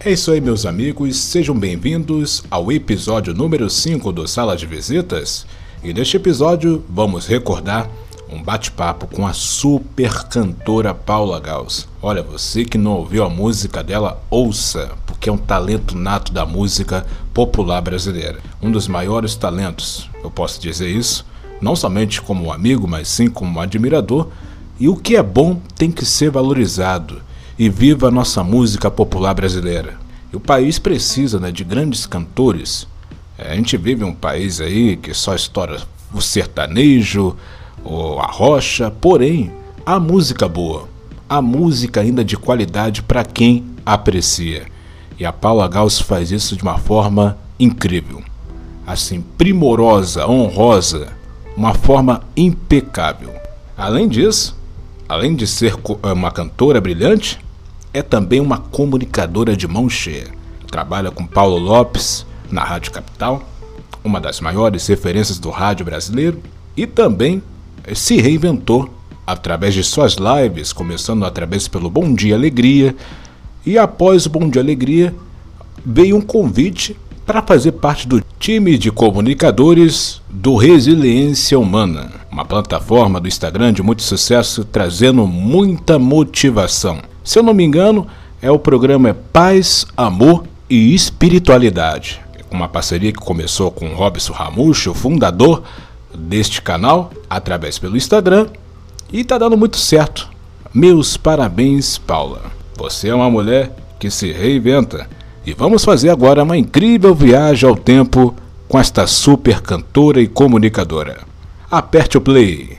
É isso aí, meus amigos, sejam bem-vindos ao episódio número 5 do Sala de Visitas. E neste episódio vamos recordar um bate-papo com a super cantora Paula Gauss. Olha, você que não ouviu a música dela, ouça, porque é um talento nato da música popular brasileira. Um dos maiores talentos, eu posso dizer isso, não somente como amigo, mas sim como admirador. E o que é bom tem que ser valorizado. E viva a nossa música popular brasileira. E o país precisa, de grandes cantores. A gente vive um país aí que só estoura o sertanejo, a rocha, porém, a música boa, a música ainda de qualidade para quem aprecia. E a Paula Gauss faz isso de uma forma incrível, assim, primorosa, honrosa, uma forma impecável. Além disso, além de ser uma cantora brilhante, é também uma comunicadora de mão cheia. Trabalha com Paulo Lopes na Rádio Capital, uma das maiores referências do rádio brasileiro, e também se reinventou através de suas lives, começando através pelo Bom Dia Alegria, e após o Bom Dia Alegria veio um convite para fazer parte do time de comunicadores do Resiliência Humana, uma plataforma do Instagram de muito sucesso, trazendo muita motivação. Se eu não me engano, o programa é Paz, Amor e Espiritualidade. Uma parceria que começou com o Robson Ramucho, o fundador deste canal, através pelo Instagram, e tá dando muito certo. Meus parabéns, Paula. Você é uma mulher que se reinventa. E vamos fazer agora uma incrível viagem ao tempo com esta super cantora e comunicadora. Aperte o play.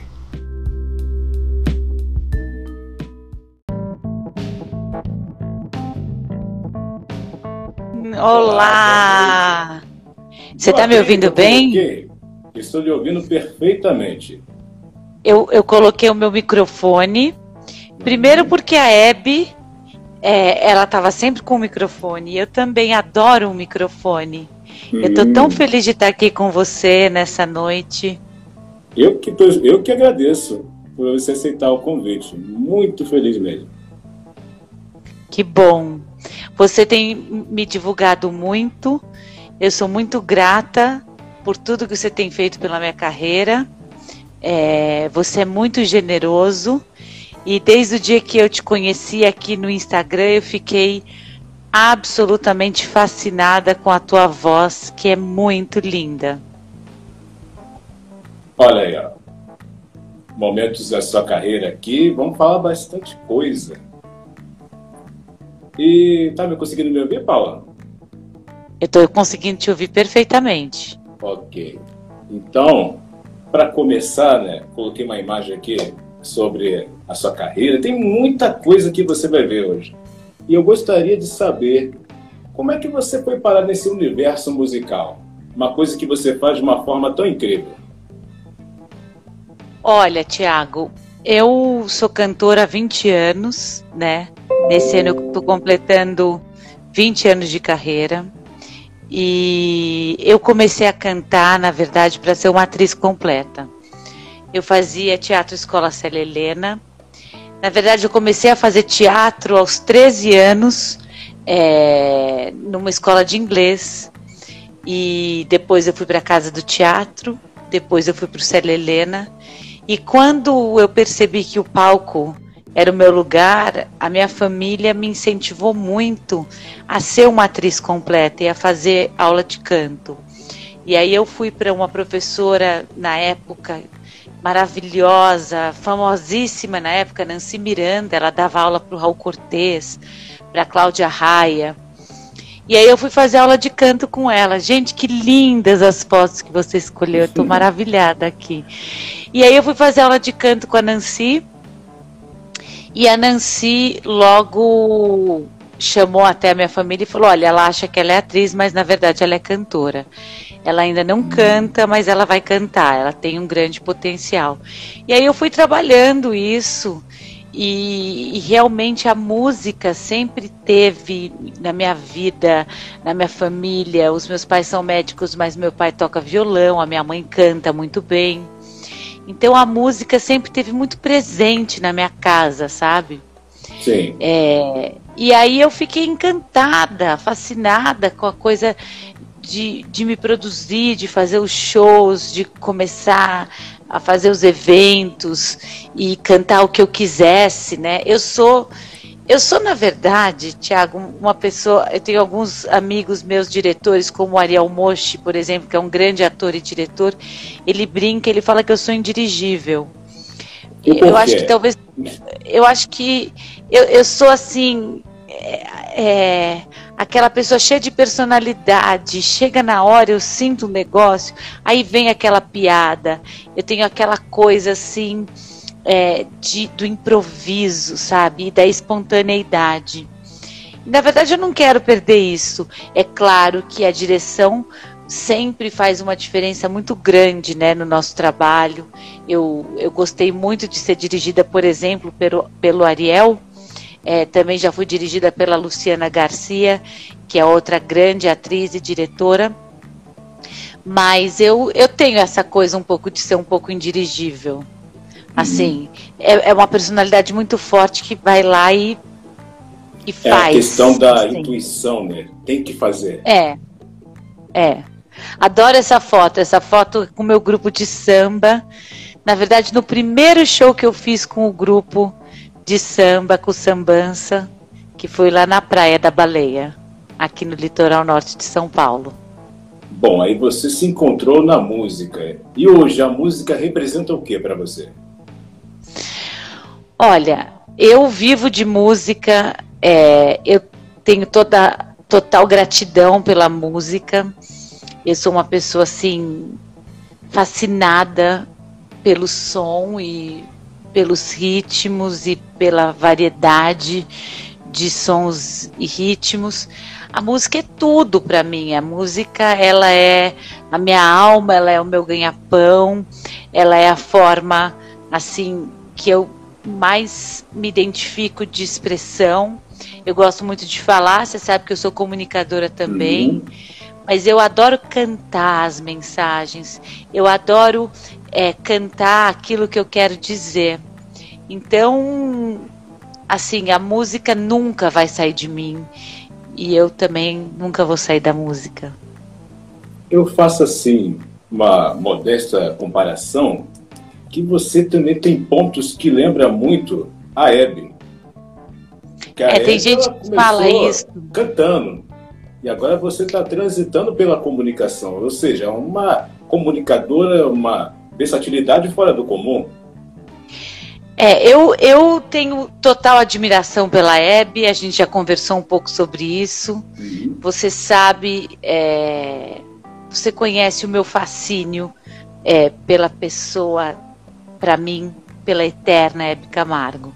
Olá! Você está me ouvindo bem? Estou lhe ouvindo perfeitamente. Eu coloquei o meu microfone, primeiro porque a Hebe, ela estava sempre com o microfone, e eu também adoro um microfone. Eu estou tão feliz de estar aqui com você nessa noite. Eu que agradeço por você aceitar o convite. Muito feliz mesmo. Que bom! Você tem me divulgado muito, eu sou muito grata por tudo que você tem feito pela minha carreira. Você é muito generoso e desde o dia que eu te conheci aqui no Instagram eu fiquei absolutamente fascinada com a tua voz, que é muito linda. Olha aí, ó. Momentos da sua carreira aqui, vamos falar bastante coisa. E tá me conseguindo me ouvir, Paula? Eu estou conseguindo te ouvir perfeitamente. Ok. Então, para começar, coloquei uma imagem aqui sobre a sua carreira. Tem muita coisa que você vai ver hoje. E eu gostaria de saber como é que você foi parar nesse universo musical. Uma coisa que você faz de uma forma tão incrível. Olha, Thiago, eu sou cantora há 20 anos, Nesse ano eu estou completando 20 anos de carreira. E eu comecei a cantar, na verdade, para ser uma atriz completa. Eu fazia teatro Escola Célia Helena. Na verdade, eu comecei a fazer teatro aos 13 anos, numa escola de inglês. E depois eu fui para a Casa do Teatro, depois eu fui para o Célia Helena. E quando eu percebi que o palco era o meu lugar, a minha família me incentivou muito a ser uma atriz completa e a fazer aula de canto. E aí eu fui para uma professora, na época, maravilhosa, famosíssima na época, Nancy Miranda. Ela dava aula para o Raul Cortez, para a Cláudia Raia. E aí eu fui fazer aula de canto com ela. Gente, que lindas as fotos que você escolheu, eu estou maravilhada aqui. E aí eu fui fazer aula de canto com a Nancy. E a Nancy logo chamou até a minha família e falou: olha, ela acha que ela é atriz, mas na verdade ela é cantora. Ela ainda não canta, mas ela vai cantar, ela tem um grande potencial. E aí eu fui trabalhando isso e realmente a música sempre teve na minha vida, na minha família. Os meus pais são médicos, mas meu pai toca violão, a minha mãe canta muito bem. Então a música sempre teve muito presente na minha casa, sabe? Sim. E aí eu fiquei encantada, fascinada com a coisa de me produzir, de fazer os shows, de começar a fazer os eventos e cantar o que eu quisesse, né? Eu sou, na verdade, Thiago, uma pessoa. Eu tenho alguns amigos meus diretores, como o Ariel Mochi, por exemplo, que é um grande ator e diretor. Ele brinca, ele fala que eu sou indirigível. Eu acho que talvez. Eu acho que eu sou assim. Aquela pessoa cheia de personalidade, chega na hora, eu sinto um negócio, aí vem aquela piada, eu tenho aquela coisa assim do improviso, sabe, e da espontaneidade. E, na verdade eu não quero perder isso. É claro que a direção sempre faz uma diferença muito grande, né, no nosso trabalho. Eu gostei muito de ser dirigida, por exemplo, pelo Ariel. Também já fui dirigida pela Luciana Garcia, que é outra grande atriz e diretora. Mas eu tenho essa coisa um pouco de ser um pouco indirigível. Assim, é uma personalidade muito forte que vai lá e faz. É a questão da intuição, né? Tem que fazer. Adoro essa foto com o meu grupo de samba. Na verdade, no primeiro show que eu fiz com o grupo de samba, com o Sambança, que foi lá na Praia da Baleia, aqui no litoral norte de São Paulo. Bom, aí você se encontrou na música. E hoje a música representa o que para você? Olha, eu vivo de música, eu tenho total gratidão pela música. Eu sou uma pessoa assim fascinada pelo som e pelos ritmos e pela variedade de sons e ritmos. A música é tudo para mim. A música, ela é a minha alma, ela é o meu ganha-pão, ela é a forma assim que eu mais me identifico de expressão. Eu gosto muito de falar, você sabe que eu sou comunicadora também. Mas eu adoro cantar as mensagens, eu adoro cantar aquilo que eu quero dizer. Então, assim, a música nunca vai sair de mim e eu também nunca vou sair da música. Eu faço, assim, uma modesta comparação, que você também tem pontos que lembram muito a Hebe. Tem gente que fala isso. Cantando. E agora você está transitando pela comunicação, ou seja, uma comunicadora, uma versatilidade fora do comum. Eu tenho total admiração pela Hebe, a gente já conversou um pouco sobre isso. Você sabe, você conhece o meu fascínio pela pessoa, para mim, pela eterna Hebe Camargo.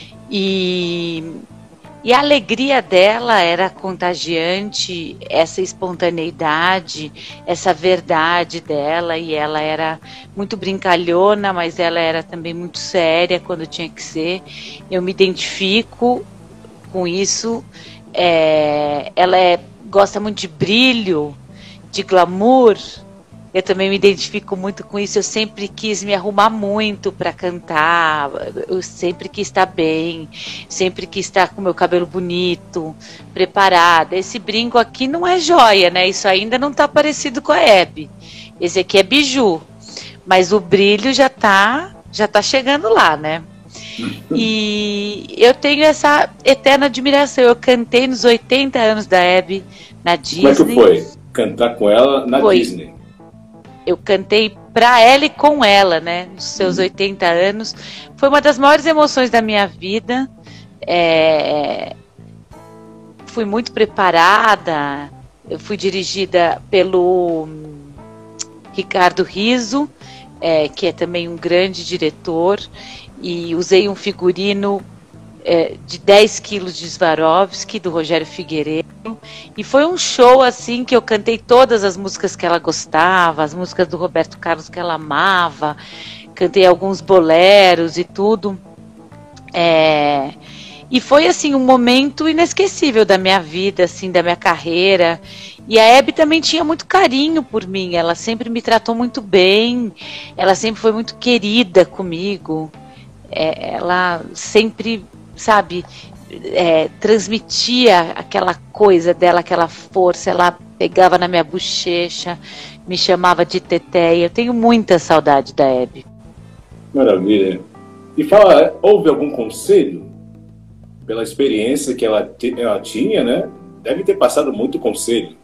E a alegria dela era contagiante, essa espontaneidade, essa verdade dela, e ela era muito brincalhona, mas ela era também muito séria quando tinha que ser. Eu me identifico com isso. Ela gosta muito de brilho, de glamour. Eu também me identifico muito com isso. Eu sempre quis me arrumar muito para cantar, eu sempre quis estar bem, sempre quis estar com meu cabelo bonito, preparada. Esse brinco aqui não é joia, né? Isso ainda não está parecido com a Hebe. Esse aqui é biju, mas o brilho já tá chegando lá, né? E eu tenho essa eterna admiração. Eu cantei nos 80 anos da Hebe na Disney. Como é que foi cantar com ela na Disney? Eu cantei para ela e com ela, né, nos seus 80 anos. Foi uma das maiores emoções da minha vida. Fui muito preparada. Eu fui dirigida pelo Ricardo Rizzo, que é também um grande diretor, e usei um figurino de 10 quilos de Swarovski, do Rogério Figueiredo, e foi um show assim que eu cantei todas as músicas que ela gostava, as músicas do Roberto Carlos que ela amava, cantei alguns boleros e tudo, e foi assim um momento inesquecível da minha vida, assim, da minha carreira. E a Hebe também tinha muito carinho por mim, ela sempre me tratou muito bem, ela sempre foi muito querida comigo, ela sempre, sabe, transmitia aquela coisa dela, aquela força. Ela pegava na minha bochecha, me chamava de Teteia. Eu tenho muita saudade da Hebe. Maravilha. E fala, houve algum conselho? Pela experiência que ela tinha, né? Deve ter passado muito conselho.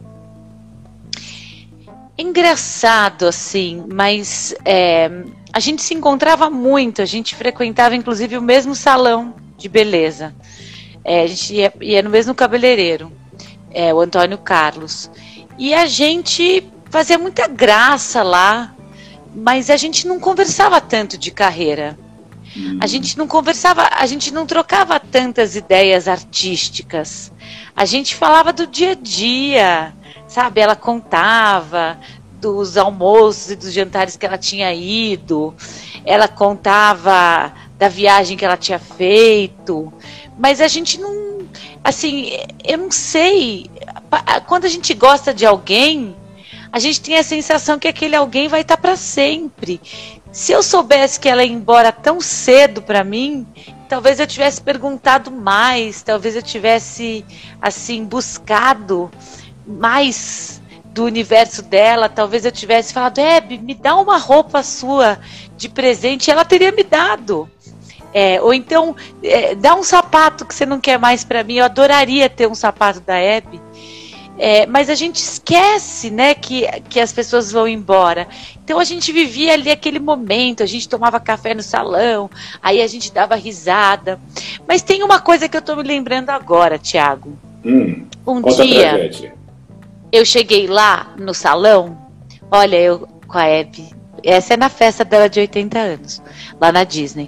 Engraçado, assim, mas a gente se encontrava muito, a gente frequentava inclusive o mesmo salão de beleza. A gente ia no mesmo cabeleireiro, o Antônio Carlos. E a gente fazia muita graça lá, mas a gente não conversava tanto de carreira. A gente não conversava, a gente não trocava tantas ideias artísticas. A gente falava do dia a dia, sabe? Ela contava dos almoços e dos jantares que ela tinha ido. Ela contava da viagem que ela tinha feito. Mas a gente não... Assim, eu não sei. Quando a gente gosta de alguém, a gente tem a sensação que aquele alguém vai estar para sempre. Se eu soubesse que ela ia embora tão cedo para mim, talvez eu tivesse perguntado mais, talvez eu tivesse, assim, buscado mais do universo dela, talvez eu tivesse falado, Hebe, me dá uma roupa sua de presente, e ela teria me dado. Ou então, dá um sapato que você não quer mais para mim, eu adoraria ter um sapato da Hebe. Mas a gente esquece, né, que as pessoas vão embora. Então a gente vivia ali aquele momento, a gente tomava café no salão, aí a gente dava risada. Mas tem uma coisa que eu tô me lembrando agora, Thiago. Um dia, eu cheguei lá no salão, olha, eu com a Hebe, essa é na festa dela de 80 anos, lá na Disney.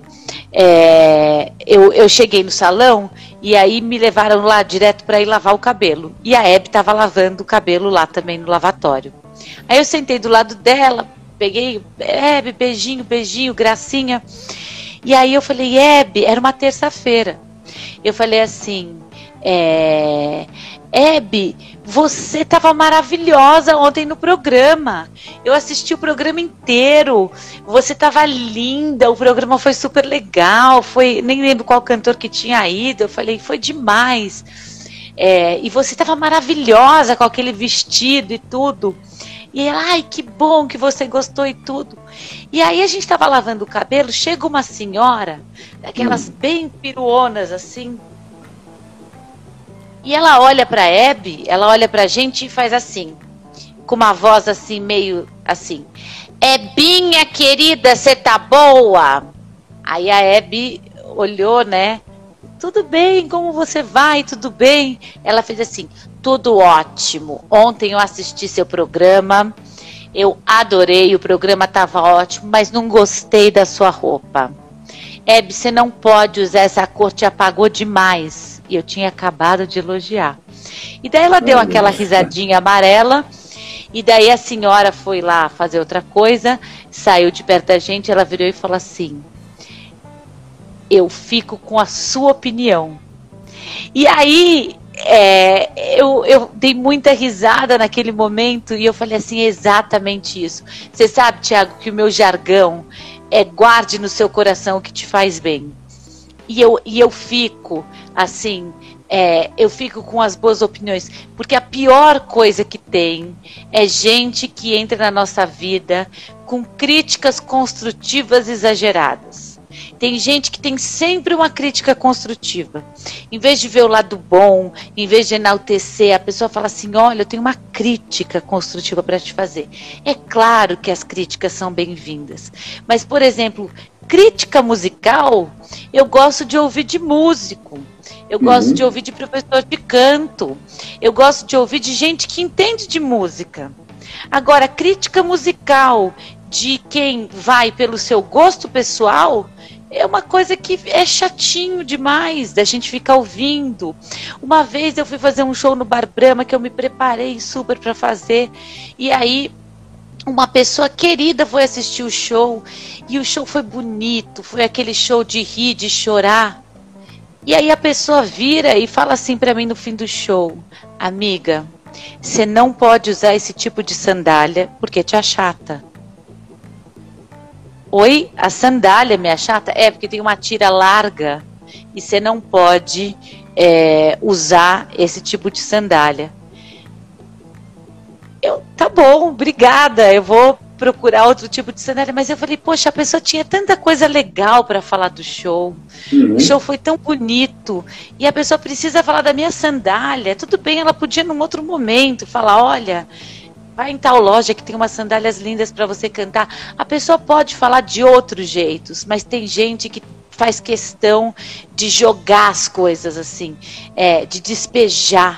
Eu cheguei no salão e aí me levaram lá direto para ir lavar o cabelo. E a Hebe estava lavando o cabelo lá também no lavatório. Aí eu sentei do lado dela, peguei, Hebe, beijinho, beijinho, gracinha. E aí eu falei, Hebe, era uma terça-feira. Eu falei assim, Hebe, você estava maravilhosa ontem no programa. Eu assisti o programa inteiro. Você estava linda. O programa foi super legal. Nem lembro qual cantor que tinha ido. Eu falei, foi demais. E você estava maravilhosa com aquele vestido e tudo. E ela, ai, que bom que você gostou e tudo. E aí a gente estava lavando o cabelo. Chega uma senhora, aquelas bem piruonas assim. E ela olha pra Hebe, ela olha pra gente e faz assim, com uma voz assim, meio assim, Hebinha querida, você tá boa? Aí a Hebe olhou, né? Tudo bem, como você vai? Tudo bem? Ela fez assim, tudo ótimo. Ontem eu assisti seu programa, eu adorei, o programa tava ótimo, mas não gostei da sua roupa. Hebe, você não pode usar essa cor, te apagou demais. E eu tinha acabado de elogiar. E daí ela deu aquela risadinha amarela. E daí a senhora foi lá fazer outra coisa. Saiu de perto da gente. Ela virou e falou assim, eu fico com a sua opinião. E aí eu dei muita risada naquele momento. E eu falei assim, exatamente isso. Você sabe, Thiago, que o meu jargão guarde no seu coração o que te faz bem. E eu fico assim, eu fico com as boas opiniões, porque a pior coisa que tem é gente que entra na nossa vida com críticas construtivas exageradas. Tem gente que tem sempre uma crítica construtiva. Em vez de ver o lado bom, em vez de enaltecer, a pessoa fala assim, olha, eu tenho uma crítica construtiva para te fazer. É claro que as críticas são bem-vindas. Mas, por exemplo, crítica musical, eu gosto de ouvir de músico. Eu gosto de ouvir de professor de canto. Eu gosto de ouvir de gente que entende de música. Agora, crítica musical de quem vai pelo seu gosto pessoal é uma coisa que é chatinho demais da gente ficar ouvindo. Uma vez eu fui fazer um show no Bar Brahma que eu me preparei super para fazer. E aí uma pessoa querida foi assistir o show. E o show foi bonito. Foi aquele show de rir, de chorar. E aí a pessoa vira e fala assim para mim no fim do show, amiga, você não pode usar esse tipo de sandália porque te achata. Oi, a sandália me achata? Porque tem uma tira larga e você não pode usar esse tipo de sandália. Tá bom, obrigada, eu vou procurar outro tipo de sandália, mas eu falei, poxa, a pessoa tinha tanta coisa legal para falar do show, o show foi tão bonito, e a pessoa precisa falar da minha sandália, tudo bem, ela podia num outro momento falar, olha, vai em tal loja que tem umas sandálias lindas para você cantar. A pessoa pode falar de outros jeitos, mas tem gente que faz questão de jogar as coisas assim, de despejar,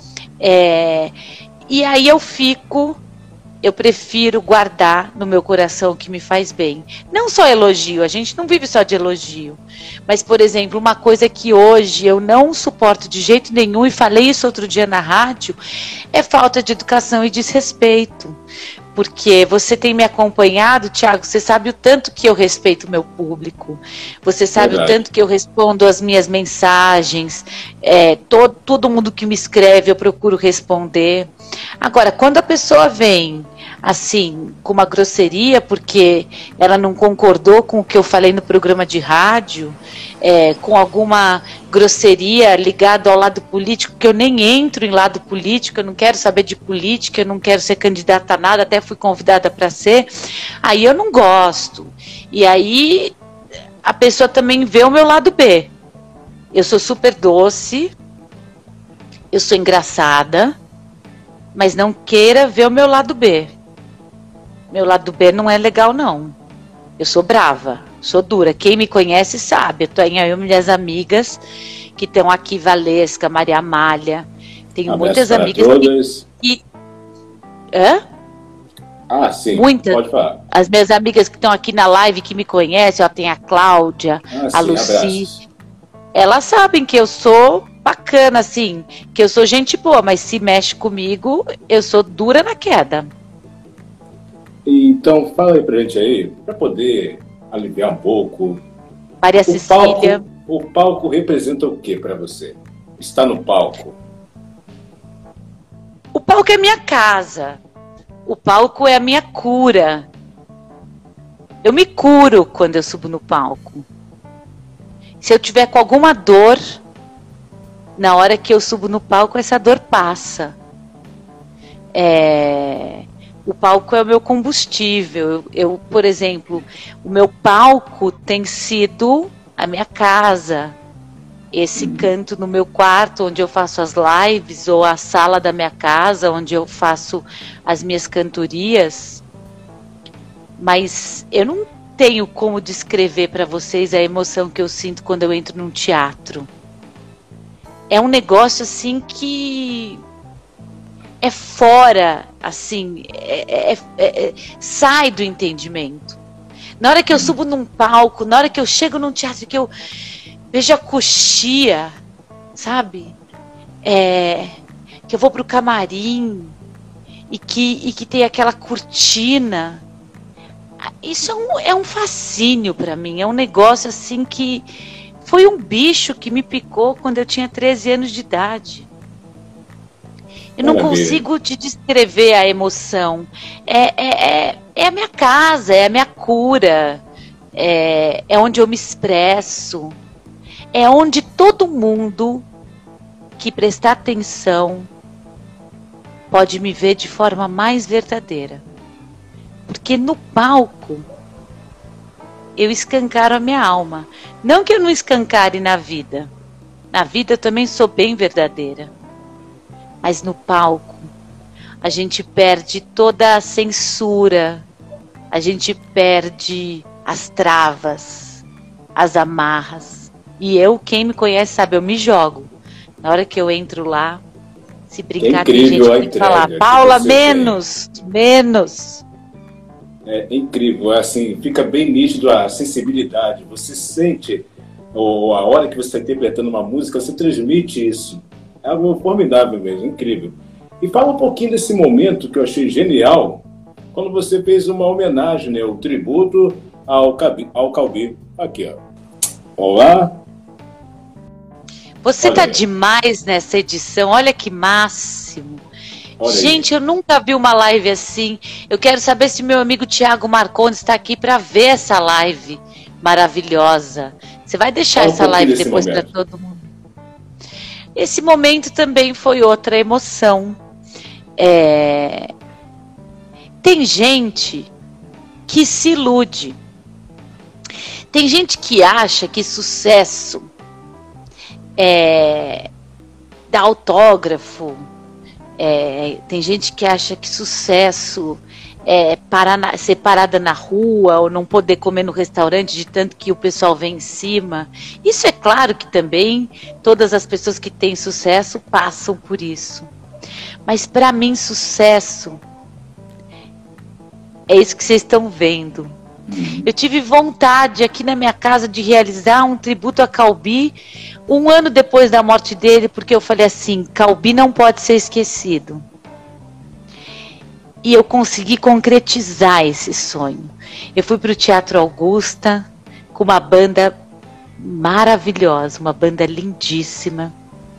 e aí eu prefiro guardar no meu coração o que me faz bem. Não só elogio, a gente não vive só de elogio. Mas, por exemplo, uma coisa que hoje eu não suporto de jeito nenhum, e falei isso outro dia na rádio, é falta de educação e desrespeito. Porque você tem me acompanhado, Thiago, você sabe o tanto que eu respeito o meu público. Você sabe o tanto que eu respondo as minhas mensagens. Todo mundo que me escreve eu procuro responder. Agora, quando a pessoa vem assim, com uma grosseria, porque ela não concordou com o que eu falei no programa de rádio, com alguma grosseria ligada ao lado político, que eu nem entro em lado político, eu não quero saber de política, eu não quero ser candidata a nada, até fui convidada para ser, aí eu não gosto. E aí a pessoa também vê o meu lado B. Eu sou super doce, eu sou engraçada, mas não queira ver o meu lado B. Meu lado B não é legal, não. Eu sou brava, sou dura. Quem me conhece sabe. Eu tenho aí minhas amigas que estão aqui, Valesca, Maria Amália. Tenho muitas amigas que... Hã? Ah, sim, muitas. Pode falar. As minhas amigas que estão aqui na live, que me conhecem, ó, tem a Cláudia, a Lucy. Abraços. Elas sabem que eu sou bacana, assim, que eu sou gente boa, mas se mexe comigo, eu sou dura na queda. Então, fala aí pra gente aí, para poder aliviar um pouco. Maria Cecília. O palco representa o que para você? Está no palco. O palco é minha casa. O palco é a minha cura. Eu me curo quando eu subo no palco. Se eu tiver com alguma dor, na hora que eu subo no palco, essa dor passa. O palco é o meu combustível. Eu, por exemplo, o meu palco tem sido a minha casa. Esse canto no meu quarto, onde eu faço as lives, ou a sala da minha casa, onde eu faço as minhas cantorias. Mas eu não tenho como descrever para vocês a emoção que eu sinto quando eu entro num teatro. É um negócio assim que é fora, assim, sai do entendimento. Na hora que eu subo num palco, na hora que eu chego num teatro, que eu vejo a coxia, sabe? Que eu vou pro camarim e que tem aquela cortina. Isso é um fascínio para mim, é um negócio assim que foi um bicho que me picou quando eu tinha 13 anos de idade. Eu não consigo te descrever a emoção. É a minha casa, é a minha cura, é onde eu me expresso, é onde todo mundo que prestar atenção pode me ver de forma mais verdadeira. Porque no palco eu escancaro a minha alma. Não que eu não escancare na vida. Na vida eu também sou bem verdadeira. Mas no palco a gente perde toda a censura. A gente perde as travas, as amarras. E eu, quem me conhece sabe, eu me jogo. Na hora que eu entro lá, se brincar, tem gente que tem que falar, Paula, menos. É incrível, assim, fica bem nítido a sensibilidade. Você sente, ou a hora que você está interpretando uma música, você transmite isso. É algo formidável mesmo, incrível. E fala um pouquinho desse momento que eu achei genial, quando você fez uma homenagem, né, o tributo ao Calbi. Aqui, ó. Olá. Você tá demais nessa edição, olha que máximo. Gente, eu nunca vi uma live assim. Eu quero saber se meu amigo Thiago Marcondes está aqui para ver essa live maravilhosa. Você vai deixar essa live depois para todo mundo? esse momento também foi outra emoção. Tem gente que se ilude. Tem gente que acha que sucesso dá autógrafo. Tem gente que acha que sucesso é ser parada na rua ou não poder comer no restaurante de tanto que o pessoal vem em cima. Isso é claro que também todas as pessoas que têm sucesso passam por isso. Mas para mim sucesso é isso que vocês estão vendo. Eu tive vontade aqui na minha casa de realizar um tributo a Calbi 1 ano depois da morte dele, porque eu falei assim, Calbi não pode ser esquecido. E eu consegui concretizar esse sonho. Eu fui para o Teatro Augusta com uma banda maravilhosa, uma banda lindíssima,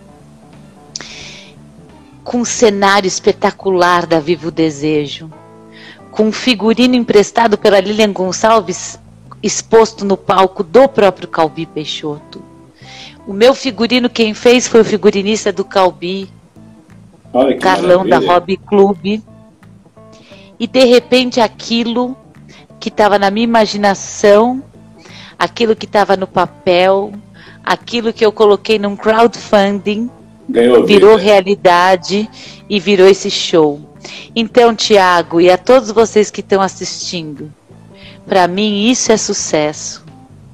com um cenário espetacular da Viva o Desejo, com um figurino emprestado pela Lilian Gonçalves, exposto no palco do próprio Calbi Peixoto. O meu figurino, quem fez foi o figurinista do Calbi, o Carlão da Hobby Club. E de repente aquilo que estava na minha imaginação, aquilo que estava no papel, aquilo que eu coloquei num crowdfunding, virou realidade e virou esse show. Então, Tiago, e a todos vocês que estão assistindo, para mim isso é sucesso.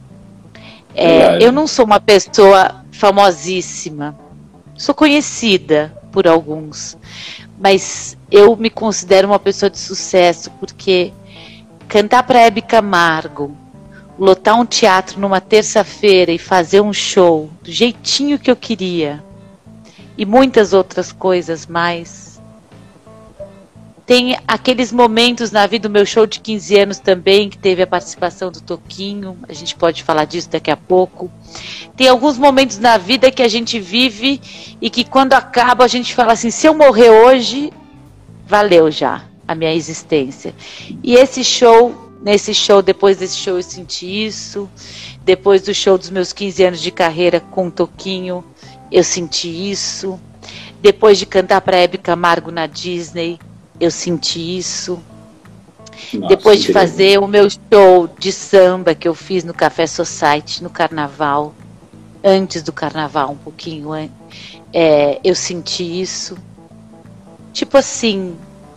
Eu não sou uma pessoa famosíssima, sou conhecida por alguns, mas eu me considero uma pessoa de sucesso, porque cantar para Hebe Camargo, lotar um teatro numa terça-feira e fazer um show do jeitinho que eu queria, e muitas outras coisas mais. Tem aqueles momentos na vida do meu show de 15 anos também, que teve a participação do Toquinho, a gente pode falar disso daqui a pouco. Tem alguns momentos na vida que a gente vive e que quando acaba a gente fala assim, se eu morrer hoje, valeu já a minha existência. E esse show, depois desse show eu senti isso, depois do show dos meus 15 anos de carreira com o Toquinho, eu senti isso, depois de cantar para Hebe Camargo na Disney, eu senti isso. Nossa, depois de fazer o meu show de samba que eu fiz no Café Society, no Carnaval, antes do Carnaval, um pouquinho antes, eu senti isso. Tipo assim,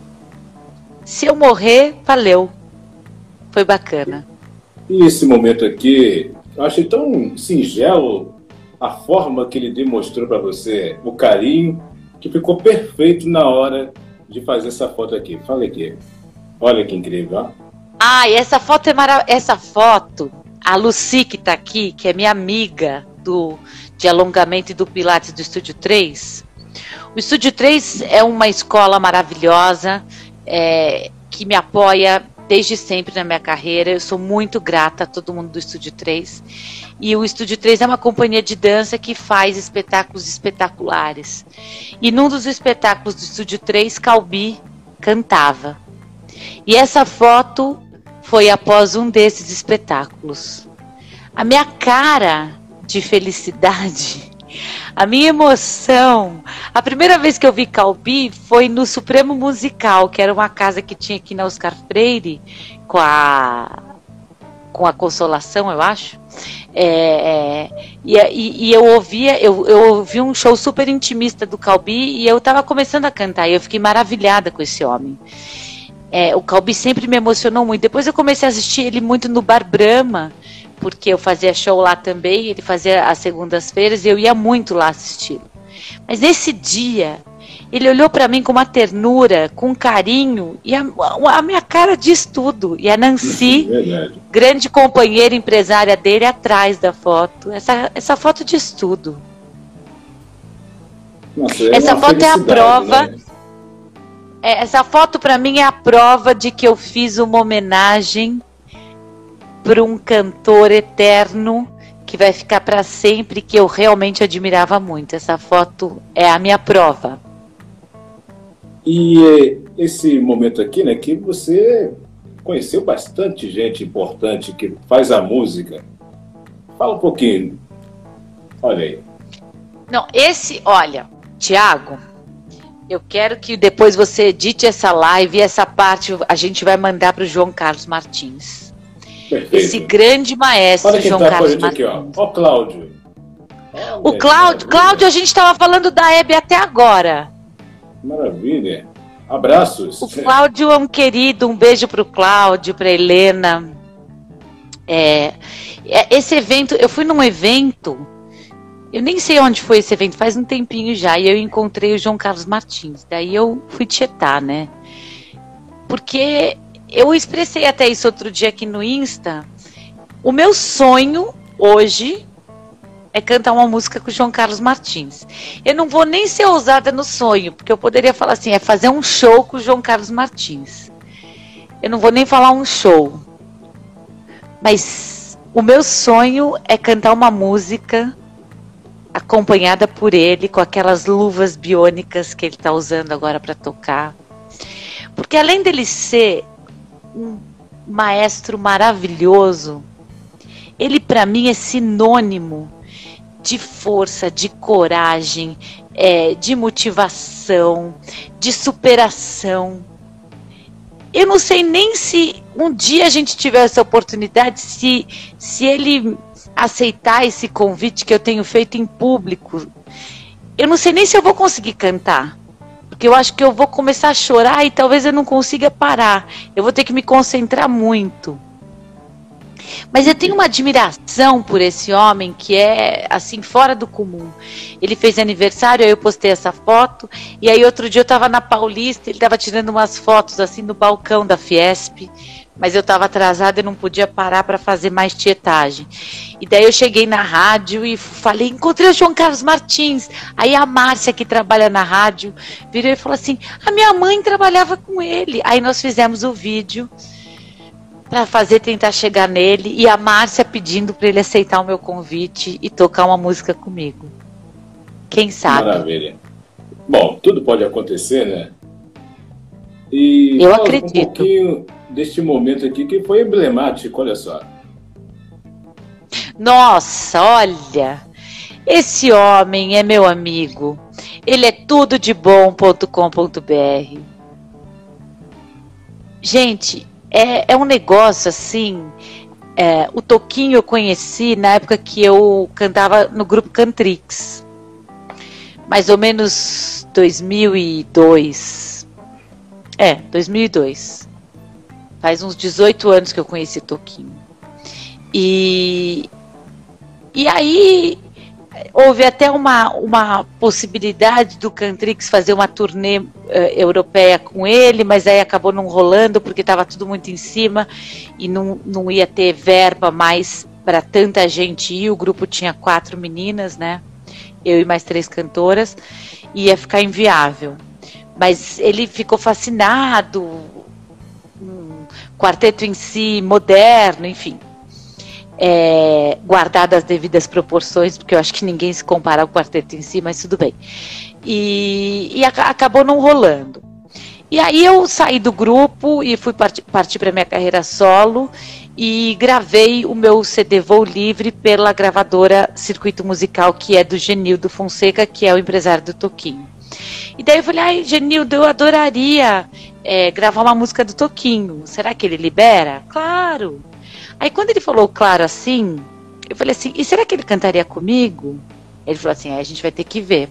se eu morrer, valeu. Foi bacana. E esse momento aqui, eu achei tão singelo a forma que ele demonstrou para você, o carinho, que ficou perfeito na hora de fazer essa foto aqui. Fala aqui. Olha que incrível, ó. Ah, e essa foto é maravilhosa. Essa foto, a Lucy que tá aqui, que é minha amiga de alongamento e do Pilates do Estúdio 3. O Estúdio 3 é uma escola maravilhosa, que me apoia desde sempre na minha carreira. Eu sou muito grata a todo mundo do Estúdio 3. E o Estúdio 3 é uma companhia de dança que faz espetáculos espetaculares. E num dos espetáculos do Estúdio 3, Calbi cantava. E essa foto foi após um desses espetáculos. A minha cara de felicidade, a minha emoção, a primeira vez que eu vi Calbi foi no Supremo Musical, que era uma casa que tinha aqui na Oscar Freire, com a Consolação, eu acho. E eu ouvi um show super intimista do Calbi e eu estava começando a cantar e eu fiquei maravilhada com esse homem. O Calbi sempre me emocionou muito. Depois eu comecei a assistir ele muito no Bar Brahma, porque eu fazia show lá também, ele fazia às segundas-feiras e eu ia muito lá assistir. Mas nesse dia, ele olhou para mim com uma ternura, com um carinho, e a minha cara diz tudo. E a Nancy, grande companheira empresária dele, atrás da foto. Essa foto diz tudo. Nossa, essa foto é a prova. Né? Essa foto para mim é a prova de que eu fiz uma homenagem para um cantor eterno que vai ficar para sempre, que eu realmente admirava muito. Essa foto é a minha prova. E esse momento aqui, né, que você conheceu bastante gente importante que faz a música. Fala um pouquinho. Olha aí. Não, olha, Tiago, eu quero que depois você edite essa live e essa parte a gente vai mandar para o João Carlos Martins. Perfeito. Esse grande maestro, olha quem João tá Carlos Martins. Aqui, ó. Ó, Cláudio. O Cláudio, a gente estava falando da Hebe até agora. Maravilha. Abraços. O Cláudio é um querido, um beijo para o Cláudio, para Helena. Esse evento, eu fui num evento, eu nem sei onde foi esse evento, faz um tempinho já, e eu encontrei o João Carlos Martins. Daí eu fui tietar, né? Porque eu expressei até isso outro dia aqui no Insta. O meu sonho hoje é cantar uma música com o João Carlos Martins. Eu não vou nem ser ousada no sonho, porque eu poderia falar assim, é fazer um show com o João Carlos Martins. Eu não vou nem falar um show. Mas o meu sonho é cantar uma música acompanhada por ele, com aquelas luvas biônicas que ele está usando agora para tocar. Porque além dele ser um maestro maravilhoso, ele para mim é sinônimo de força, de coragem, de motivação, de superação. Eu não sei nem se um dia a gente tiver essa oportunidade, se ele aceitar esse convite que eu tenho feito em público, eu não sei nem se eu vou conseguir cantar, porque eu acho que eu vou começar a chorar e talvez eu não consiga parar, eu vou ter que me concentrar muito. Mas eu tenho uma admiração por esse homem que é, assim, fora do comum. Ele fez aniversário, aí eu postei essa foto, e aí outro dia eu estava na Paulista, ele estava tirando umas fotos, assim, no balcão da Fiesp, mas eu estava atrasada e não podia parar para fazer mais tietagem. E daí eu cheguei na rádio e falei, encontrei o João Carlos Martins. Aí a Márcia, que trabalha na rádio, virou e falou assim, a minha mãe trabalhava com ele. Aí nós fizemos o vídeo para tentar chegar nele, e a Márcia pedindo para ele aceitar o meu convite e tocar uma música comigo. Quem sabe? Maravilha. Bom, tudo pode acontecer, né? E eu acredito. Um pouquinho deste momento aqui que foi emblemático, olha só. Nossa, olha, esse homem é meu amigo. Ele é tudodebom.com.br. Gente, é um negócio assim. O Toquinho eu conheci na época que eu cantava no grupo Cantrix, mais ou menos 2002. 2002. Faz uns 18 anos que eu conheci o Toquinho. E aí houve até uma possibilidade do Cantrix fazer uma turnê europeia com ele, mas aí acabou não rolando porque estava tudo muito em cima e não ia ter verba mais para tanta gente ir. O grupo tinha 4 meninas, né? Eu e mais 3 cantoras, e ia ficar inviável. Mas ele ficou fascinado, um quarteto em si, moderno, enfim. Guardado as devidas proporções, porque eu acho que ninguém se compara ao quarteto em si, mas tudo bem. E acabou não rolando. E aí eu saí do grupo e fui partir para minha carreira solo e gravei o meu CD Voo Livre pela gravadora Circuito Musical, que é do Genildo Fonseca, que é o empresário do Toquinho. E daí eu falei, ai, Genildo, eu adoraria gravar uma música do Toquinho. Será que ele libera? Claro! Aí quando ele falou claro assim, eu falei assim, e será que ele cantaria comigo? Ele falou assim, a gente vai ter que ver.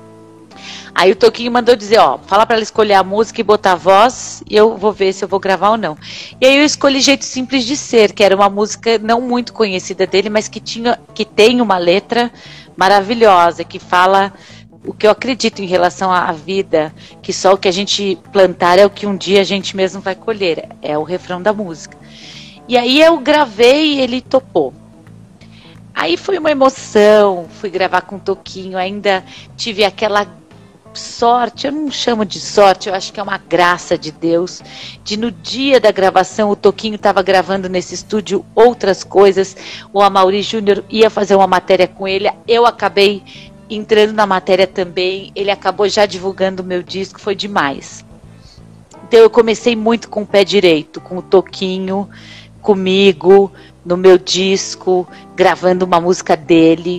Aí o Toquinho mandou dizer, fala pra ela escolher a música e botar a voz, e eu vou ver se eu vou gravar ou não. E aí eu escolhi Jeito Simples de Ser, que era uma música não muito conhecida dele, mas que tem uma letra maravilhosa, que fala o que eu acredito em relação à vida, que só o que a gente plantar é o que um dia a gente mesmo vai colher, é o refrão da música. E aí eu gravei e ele topou. Aí foi uma emoção, fui gravar com o Toquinho, ainda tive aquela sorte, eu não chamo de sorte, eu acho que é uma graça de Deus, de no dia da gravação o Toquinho estava gravando nesse estúdio outras coisas, o Amaury Júnior ia fazer uma matéria com ele, eu acabei entrando na matéria também, ele acabou já divulgando o meu disco, foi demais. Então eu comecei muito com o pé direito, com o Toquinho, comigo, no meu disco, gravando uma música dele,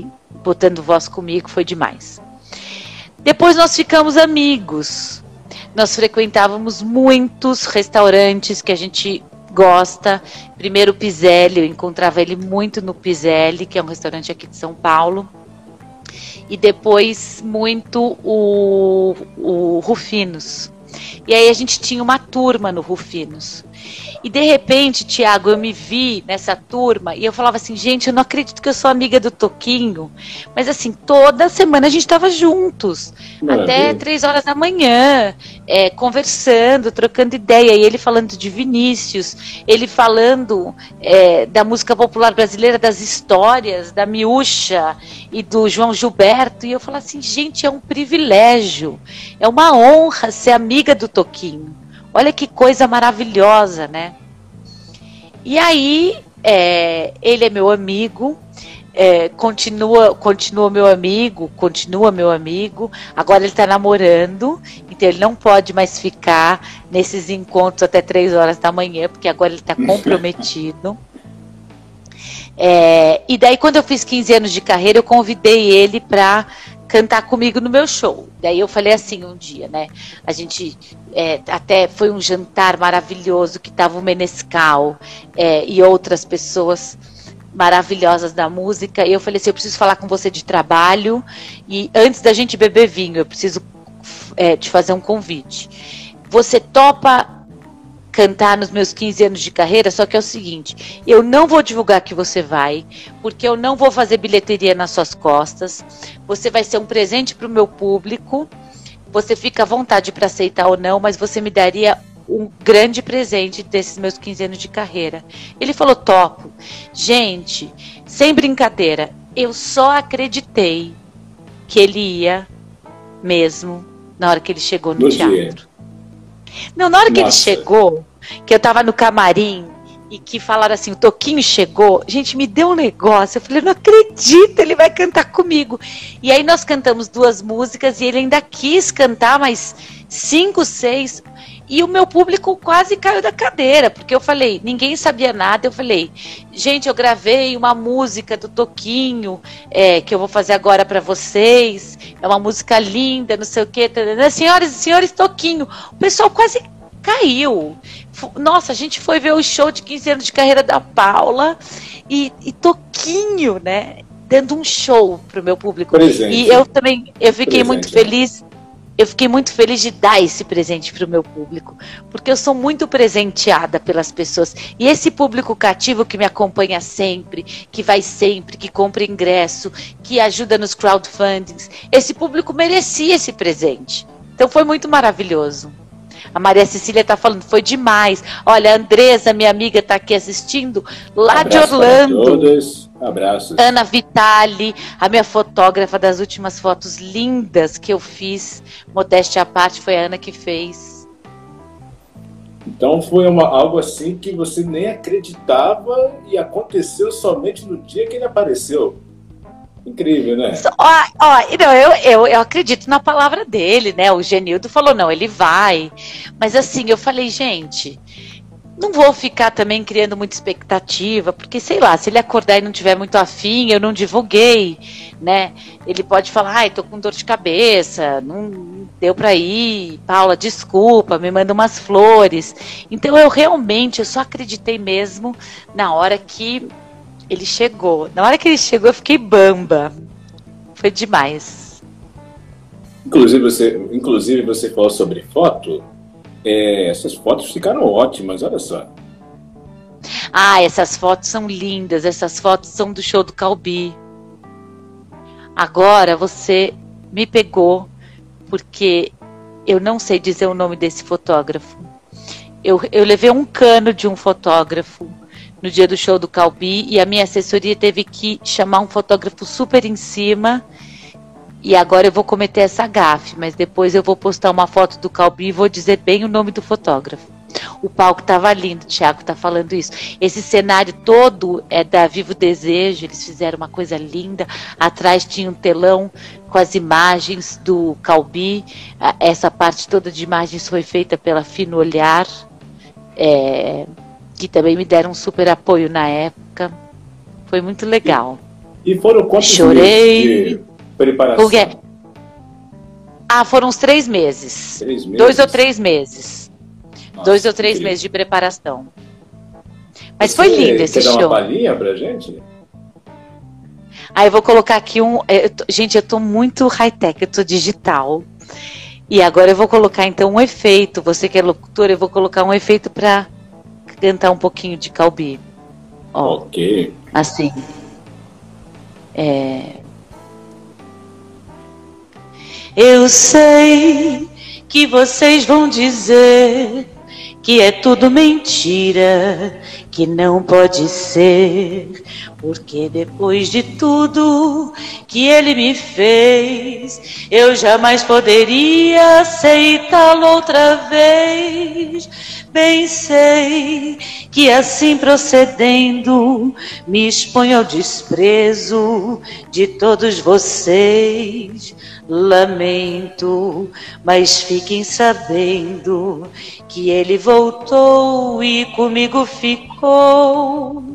botando voz comigo, foi demais. Depois nós ficamos amigos. Nós frequentávamos muitos restaurantes que a gente gosta. Primeiro o Piselli, eu encontrava ele muito no Piselli, que é um restaurante aqui de São Paulo. E depois muito o Rufinos. E aí a gente tinha uma turma no Rufinos. E de repente, Tiago, eu me vi nessa turma e eu falava assim, gente, eu não acredito que eu sou amiga do Toquinho. Mas assim, toda semana a gente estava juntos. Maravilha. Até 3 horas da manhã, conversando, trocando ideia. E ele falando de Vinícius, ele falando da música popular brasileira, das histórias, da Miúcha e do João Gilberto. E eu falava assim, gente, é um privilégio, é uma honra ser amiga do Toquinho. Olha que coisa maravilhosa, né? E aí, ele é meu amigo, continua meu amigo, agora ele está namorando, então ele não pode mais ficar nesses encontros até 3 horas da manhã, porque agora ele está comprometido. E daí, quando eu fiz 15 anos de carreira, eu convidei ele para cantar comigo no meu show. Daí eu falei assim um dia, né? A gente até foi um jantar maravilhoso que tava o Menescal e outras pessoas maravilhosas da música. E eu falei assim, eu preciso falar com você de trabalho e antes da gente beber vinho, eu preciso te fazer um convite. Você topa cantar nos meus 15 anos de carreira, só que é o seguinte, eu não vou divulgar que você vai, porque eu não vou fazer bilheteria nas suas costas, você vai ser um presente para o meu público, você fica à vontade para aceitar ou não, mas você me daria um grande presente desses meus 15 anos de carreira. Ele falou, topo. Gente, sem brincadeira, eu só acreditei que ele ia mesmo na hora que ele chegou no teatro. Não, na hora que ele chegou, que eu tava no camarim e que falaram assim, o Toquinho chegou, gente, me deu um negócio, eu falei, não acredito, ele vai cantar comigo. E aí nós cantamos 2 músicas e ele ainda quis cantar mais 5, 6, e o meu público quase caiu da cadeira, porque eu falei, ninguém sabia nada, eu falei, gente, eu gravei uma música do Toquinho, que eu vou fazer agora pra vocês, é uma música linda, não sei o que, senhoras e senhores, Toquinho, o pessoal quase caiu. Nossa, a gente foi ver o show de 15 anos de carreira da Paula, e Toquinho, né, dando um show pro meu público. Presente. E eu também, eu fiquei muito feliz. Eu fiquei muito feliz de dar esse presente para o meu público, porque eu sou muito presenteada pelas pessoas. E esse público cativo que me acompanha sempre, que vai sempre, que compra ingresso, que ajuda nos crowdfundings, esse público merecia esse presente. Então foi muito maravilhoso. A Maria Cecília está falando, foi demais. Olha, a Andresa, minha amiga, está aqui assistindo, lá Abraço de Orlando. Para todos. Abraços. Ana Vitali, a minha fotógrafa das últimas fotos lindas que eu fiz, modéstia à parte, foi a Ana que fez. Então foi algo assim que você nem acreditava e aconteceu somente no dia que ele apareceu. Incrível, né? Não, eu acredito na palavra dele, né? O Genildo falou, não, ele vai. Mas assim, eu falei, gente, não vou ficar também criando muita expectativa, porque sei lá, se ele acordar e não tiver muito afim, eu não divulguei, né? Ele pode falar, ai, tô com dor de cabeça, não deu pra ir, Paula, desculpa, me manda umas flores. Então eu só acreditei mesmo na hora que ele chegou. Na hora que ele chegou, eu fiquei bamba. Foi demais. Inclusive você falou sobre foto. Essas fotos ficaram ótimas, olha só. Ah, essas fotos são lindas. Essas fotos são do show do Calbi. Agora você me pegou, porque eu não sei dizer o nome desse fotógrafo. Eu levei um cano de um fotógrafo no dia do show do Calbi e a minha assessoria teve que chamar um fotógrafo super em cima. E agora eu vou cometer essa gafe, mas depois eu vou postar uma foto do Calbi e vou dizer bem o nome do fotógrafo. O palco estava lindo, o Thiago está falando isso. Esse cenário todo é da Vivo Desejo, eles fizeram uma coisa linda. Atrás tinha um telão com as imagens do Calbi. Essa parte toda de imagens foi feita pela Fino Olhar, que também me deram um super apoio na época. Foi muito legal. E foram quantos Chorei. meses de preparação? Porque... foram uns 3 meses. 3 meses? 2 ou 3 meses. Nossa, 2 ou 3 incrível. meses de preparação. Mas Você foi lindo esse quer dar show. uma palhinha pra gente? Aí eu vou colocar aqui gente, eu tô muito high-tech, eu tô digital. E agora eu vou colocar então um efeito. Você que é locutor, eu vou colocar um efeito pra cantar um pouquinho de Calbi. Ó, Ok. assim. Eu sei que vocês vão dizer que é tudo mentira, que não pode ser, porque depois de tudo que ele me fez, eu jamais poderia aceitá-lo outra vez. Bem sei que assim procedendo me exponho ao desprezo de todos vocês. Lamento, mas fiquem sabendo que ele voltou e comigo ficou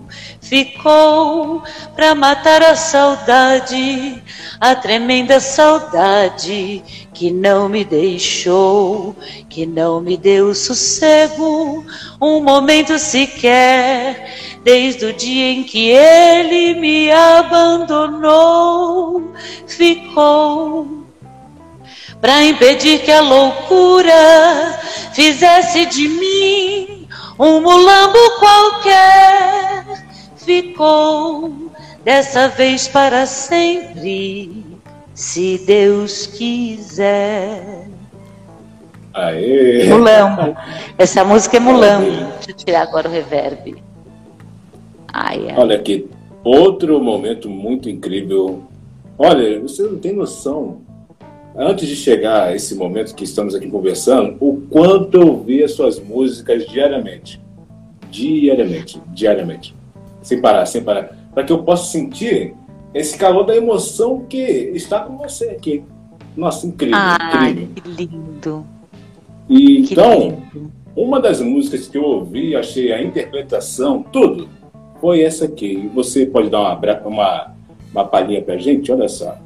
pra matar a saudade, a tremenda saudade que não me deixou, que não me deu sossego, um momento sequer, desde o dia em que ele me abandonou. Ficou pra impedir que a loucura fizesse de mim um mulambo qualquer. Ficou dessa vez para sempre, se Deus quiser. Aê! Mulambo. Essa música é Mulambo. Deixa eu tirar agora o reverb. Ai. Olha aqui, outro momento muito incrível. Olha, você não tem noção, antes de chegar a esse momento que estamos aqui conversando, o quanto eu ouvia suas músicas diariamente. Diariamente. Sem parar, para que eu possa sentir esse calor da emoção que está com você aqui. Nossa, incrível, incrível. Que lindo. E, Que então, lindo. uma das músicas que eu ouvi, achei a interpretação, tudo, foi essa aqui. E você pode dar uma palhinha pra gente? Olha só.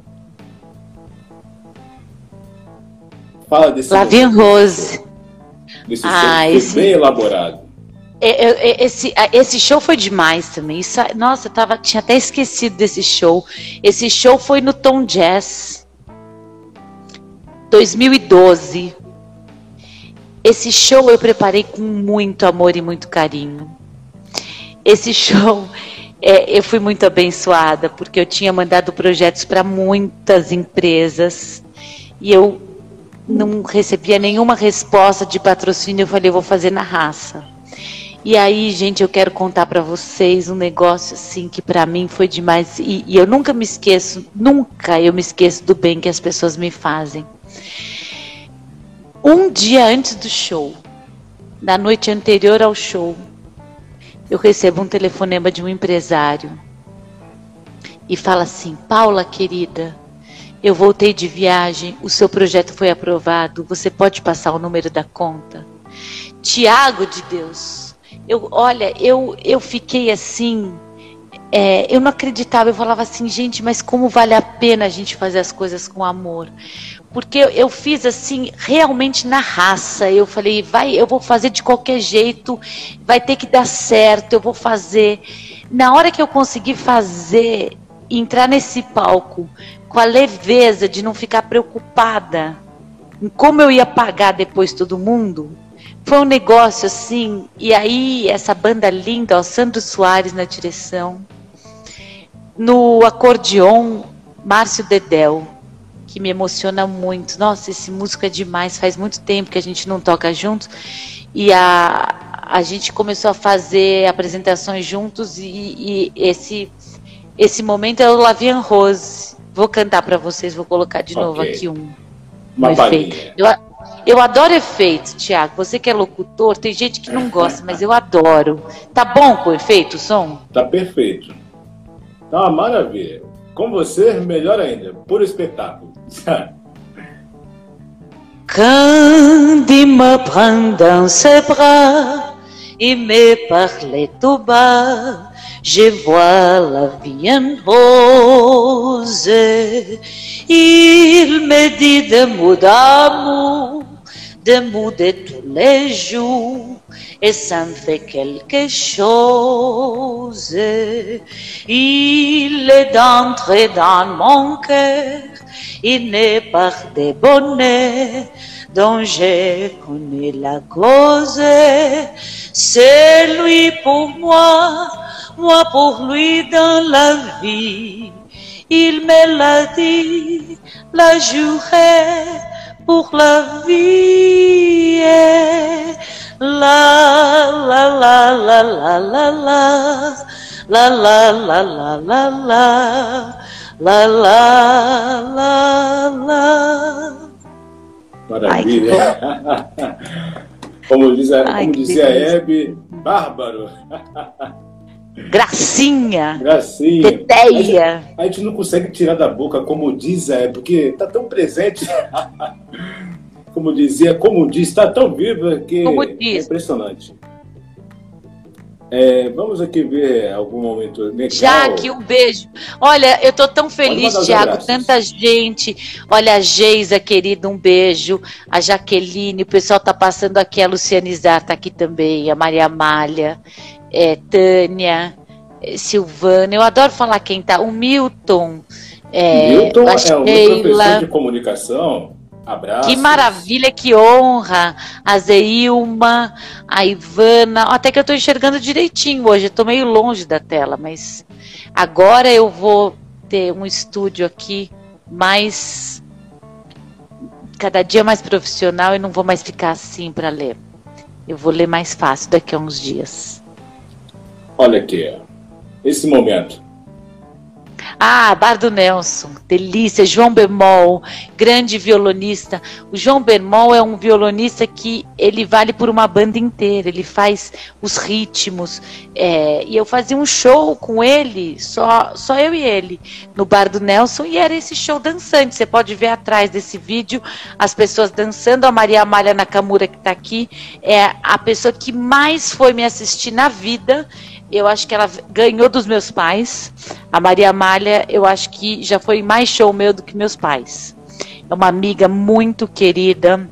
Fala desse La Vie en momento, Rose. desse som que foi bem elaborado. Esse show foi demais também. Nossa, tinha até esquecido desse show. Esse show foi no Tom Jazz 2012. Esse show eu preparei com muito amor e muito carinho. Esse show eu fui muito abençoada, porque eu tinha mandado projetos para muitas empresas e eu não recebia nenhuma resposta de patrocínio. Eu falei, eu vou fazer na raça. E aí, gente, eu quero contar para vocês um negócio assim que para mim foi demais. E eu nunca me esqueço do bem que as pessoas me fazem. Um dia antes do show, na noite anterior ao show, eu recebo um telefonema de um empresário e fala assim: Paula, querida, eu voltei de viagem, o seu projeto foi aprovado, você pode passar o número da conta? Tiago de Deus! Eu fiquei assim, eu não acreditava, eu falava assim, gente, mas como vale a pena a gente fazer as coisas com amor? Porque eu fiz assim, realmente na raça, eu falei, eu vou fazer de qualquer jeito, vai ter que dar certo, eu vou fazer. Na hora que eu consegui fazer, entrar nesse palco, com a leveza de não ficar preocupada em como eu ia pagar depois todo mundo, foi um negócio assim. E aí essa banda linda, ó, Sandro Soares na direção, no acordeon Márcio Dedéu, que me emociona muito. Nossa, esse músico é demais, faz muito tempo que a gente não toca juntos e a gente começou a fazer apresentações juntos e esse momento é o La Vie en Rose. Vou cantar para vocês, vou colocar de novo aqui um efeito. Eu adoro efeito, Tiago. Você que é locutor, tem gente que não gosta, mas eu adoro. Tá bom com o efeito, o som? Tá perfeito. Tá uma maravilha. Com você, melhor ainda. Puro espetáculo. Quand il me prend dans ses bras, il me parlait tout bas. je vois la vie en rose. Il me dit des mots d'amour, des mots de tous les jours, et ça me fait quelque chose. Il est entré dans mon cœur, il n'est pas de bonheur dont je connais la cause. C'est lui pour moi, moi pour lui dans la vie. Il me l'a dit, la juré pour la vie. La la la la la la la la la la la la la la la. Maravilha. Como dizia a Hebe, bárbaro. Gracinha. Gracinha. Teteia. A gente não consegue tirar da boca como diz a Hebe, porque tá tão presente. Como diz, está tão viva que é impressionante. Vamos aqui ver algum momento legal. Jaque, um beijo. Olha, eu tô tão feliz, Thiago, tanta gente. Olha, a Geisa, querida, um beijo. A Jaqueline, o pessoal tá passando aqui, a Luciane Zar tá aqui também, a Maria Amália, Tânia, Silvana. Eu adoro falar quem tá. O Milton. Milton a é um professor de comunicação. Abraço. Que maravilha, que honra. A Zeilma, a Ivana. Até que eu estou enxergando direitinho hoje. Eu estou meio longe da tela, mas agora eu vou ter um estúdio aqui mais, cada dia mais profissional, e não vou mais ficar assim para ler. Eu vou ler mais fácil daqui a uns dias. Olha aqui, esse momento. Ah, Bar do Nelson, delícia. João Bemol, grande violonista. O João Bemol é um violonista que ele vale por uma banda inteira. Ele faz os ritmos. E eu fazia um show com ele, só eu e ele, no Bar do Nelson. E era esse show dançante. Você pode ver atrás desse vídeo as pessoas dançando. A Maria Amália Nakamura, que está aqui, é a pessoa que mais foi me assistir na vida. Eu acho que ela ganhou dos meus pais. A Maria Amália, eu acho que já foi mais show meu do que meus pais. É uma amiga muito querida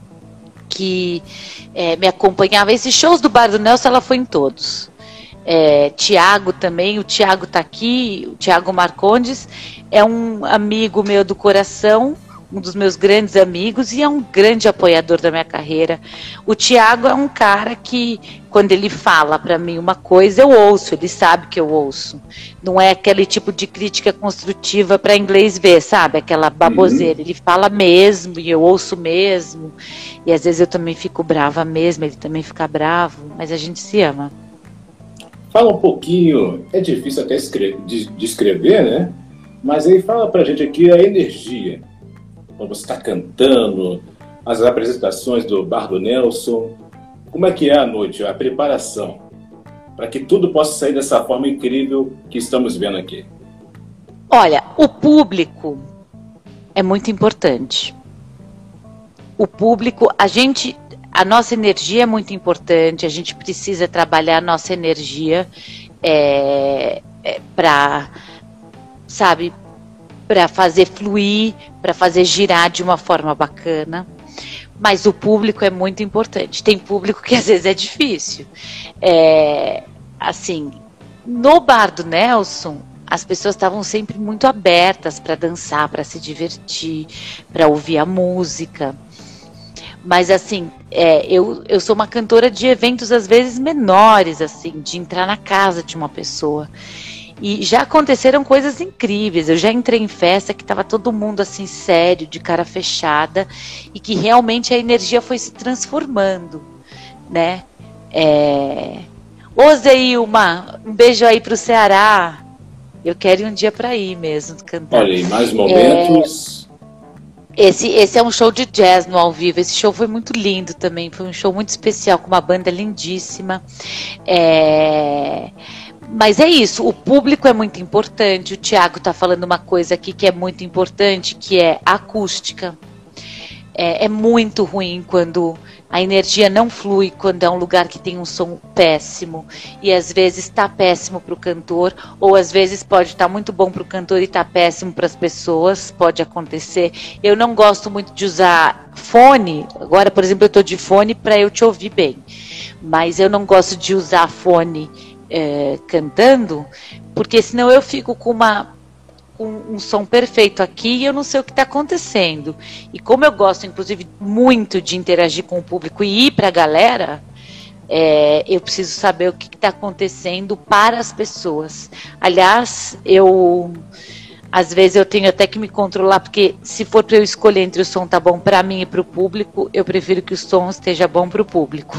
que me acompanhava. Esses shows do Bar do Nelson, ela foi em todos. Tiago também, o Tiago está aqui, o Tiago Marcondes, é um amigo meu do coração, um dos meus grandes amigos, e é um grande apoiador da minha carreira. O Tiago é um cara que, quando ele fala para mim uma coisa, eu ouço, ele sabe que eu ouço. Não é aquele tipo de crítica construtiva para inglês ver, sabe? Aquela baboseira. Ele fala mesmo, e eu ouço mesmo. E às vezes eu também fico brava mesmo, ele também fica bravo, mas a gente se ama. Fala um pouquinho, é difícil até descrever, né? Mas aí fala pra gente aqui a energia. Quando você está cantando, as apresentações do Bar do Nelson, como é que é a noite, a preparação, para que tudo possa sair dessa forma incrível que estamos vendo aqui? Olha, o público é muito importante. O público, a nossa energia é muito importante, a gente precisa trabalhar a nossa energia para, sabe, para fazer fluir, para fazer girar de uma forma bacana. Mas o público é muito importante. Tem público que às vezes é difícil. Assim, no Bar do Nelson, as pessoas estavam sempre muito abertas para dançar, para se divertir, para ouvir a música. Mas assim, eu sou uma cantora de eventos às vezes menores, assim, de entrar na casa de uma pessoa. E já aconteceram coisas incríveis. Eu já entrei em festa que estava todo mundo assim sério, de cara fechada, e que realmente a energia foi se transformando, né? Ô Zeilma, um beijo aí pro Ceará. Eu quero ir um dia para ir mesmo cantar. Olha aí, mais momentos. Esse é um show de jazz no ao vivo. Esse show foi muito lindo também. Foi um show muito especial, com uma banda lindíssima. Mas é isso, o público é muito importante. O Thiago está falando uma coisa aqui que é muito importante, que é a acústica. É muito ruim quando a energia não flui, quando é um lugar que tem um som péssimo, e às vezes está péssimo para o cantor, ou às vezes pode estar muito bom para o cantor e está péssimo para as pessoas, pode acontecer. Eu não gosto muito de usar fone, agora, por exemplo, eu estou de fone para eu te ouvir bem, mas eu não gosto de usar fone cantando, porque senão eu fico com um som perfeito aqui e eu não sei o que está acontecendo. E como eu gosto, inclusive, muito de interagir com o público e ir para a galera, eu preciso saber o que está acontecendo para as pessoas. Aliás, às vezes eu tenho até que me controlar, porque se for para eu escolher entre o som tá bom para mim e para o público, eu prefiro que o som esteja bom para o público.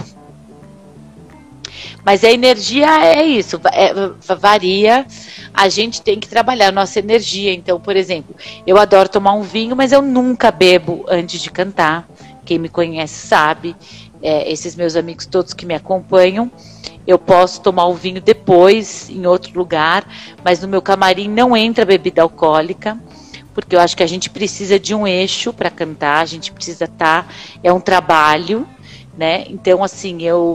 Mas a energia é isso, varia, a gente tem que trabalhar a nossa energia. Então, por exemplo, eu adoro tomar um vinho, mas eu nunca bebo antes de cantar. Quem me conhece sabe, esses meus amigos todos que me acompanham, eu posso tomar o vinho depois, em outro lugar, mas no meu camarim não entra bebida alcoólica, porque eu acho que a gente precisa de um eixo para cantar, a gente precisa é um trabalho, né? Então, assim,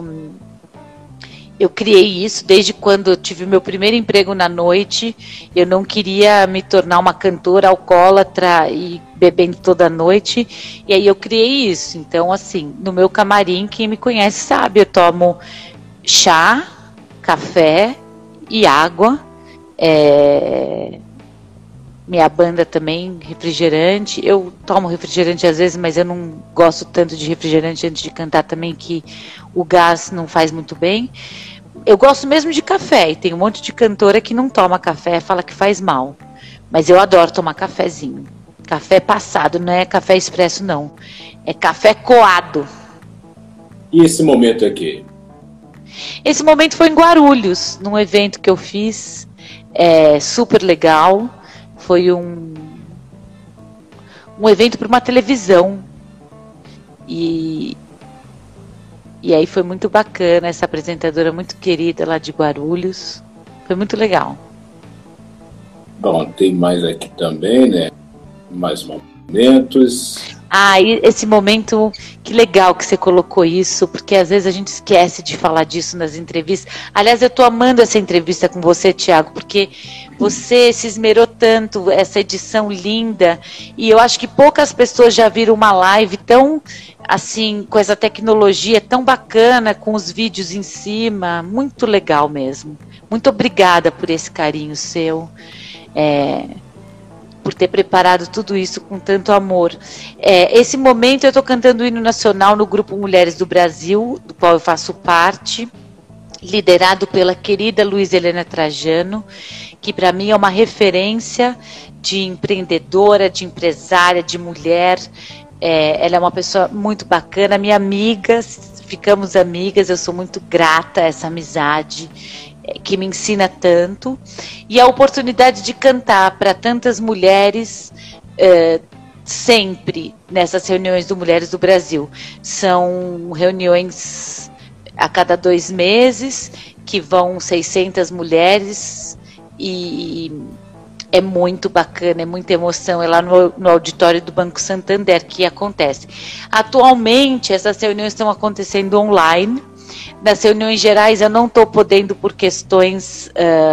eu criei isso desde quando eu tive meu primeiro emprego na noite. Eu não queria me tornar uma cantora alcoólatra e bebendo toda noite. E aí eu criei isso. Então, assim, no meu camarim, quem me conhece sabe, eu tomo chá, café e água. Minha banda também, refrigerante. Eu tomo refrigerante às vezes, mas eu não gosto tanto de refrigerante antes de cantar também, que o gás não faz muito bem. Eu gosto mesmo de café, e tem um monte de cantora que não toma café, fala que faz mal. Mas eu adoro tomar cafezinho. Café passado, não é café expresso não. É café coado. E esse momento aqui? Esse momento foi em Guarulhos, num evento que eu fiz, super legal. Foi um evento para uma televisão. E aí foi muito bacana, essa apresentadora muito querida lá de Guarulhos. Foi muito legal. Bom, tem mais aqui também, né? Mais momentos. E esse momento, que legal que você colocou isso, porque às vezes a gente esquece de falar disso nas entrevistas. Aliás, eu estou amando essa entrevista com você, Thiago, porque você se esmerou tanto, essa edição linda, e eu acho que poucas pessoas já viram uma live tão, assim, com essa tecnologia tão bacana, com os vídeos em cima, muito legal mesmo. Muito obrigada por esse carinho seu. Por ter preparado tudo isso com tanto amor. Esse momento eu estou cantando o hino nacional no Grupo Mulheres do Brasil, do qual eu faço parte, liderado pela querida Luísa Helena Trajano, que para mim é uma referência de empreendedora, de empresária, de mulher. Ela é uma pessoa muito bacana, minha amiga, ficamos amigas, eu sou muito grata a essa amizade, que me ensina tanto, e a oportunidade de cantar para tantas mulheres sempre nessas reuniões do Mulheres do Brasil. São reuniões a cada 2 meses, que vão 600 mulheres, e é muito bacana, é muita emoção. É lá no auditório do Banco Santander que acontece. Atualmente, essas reuniões estão acontecendo online. Nas reuniões gerais eu não estou podendo, por questões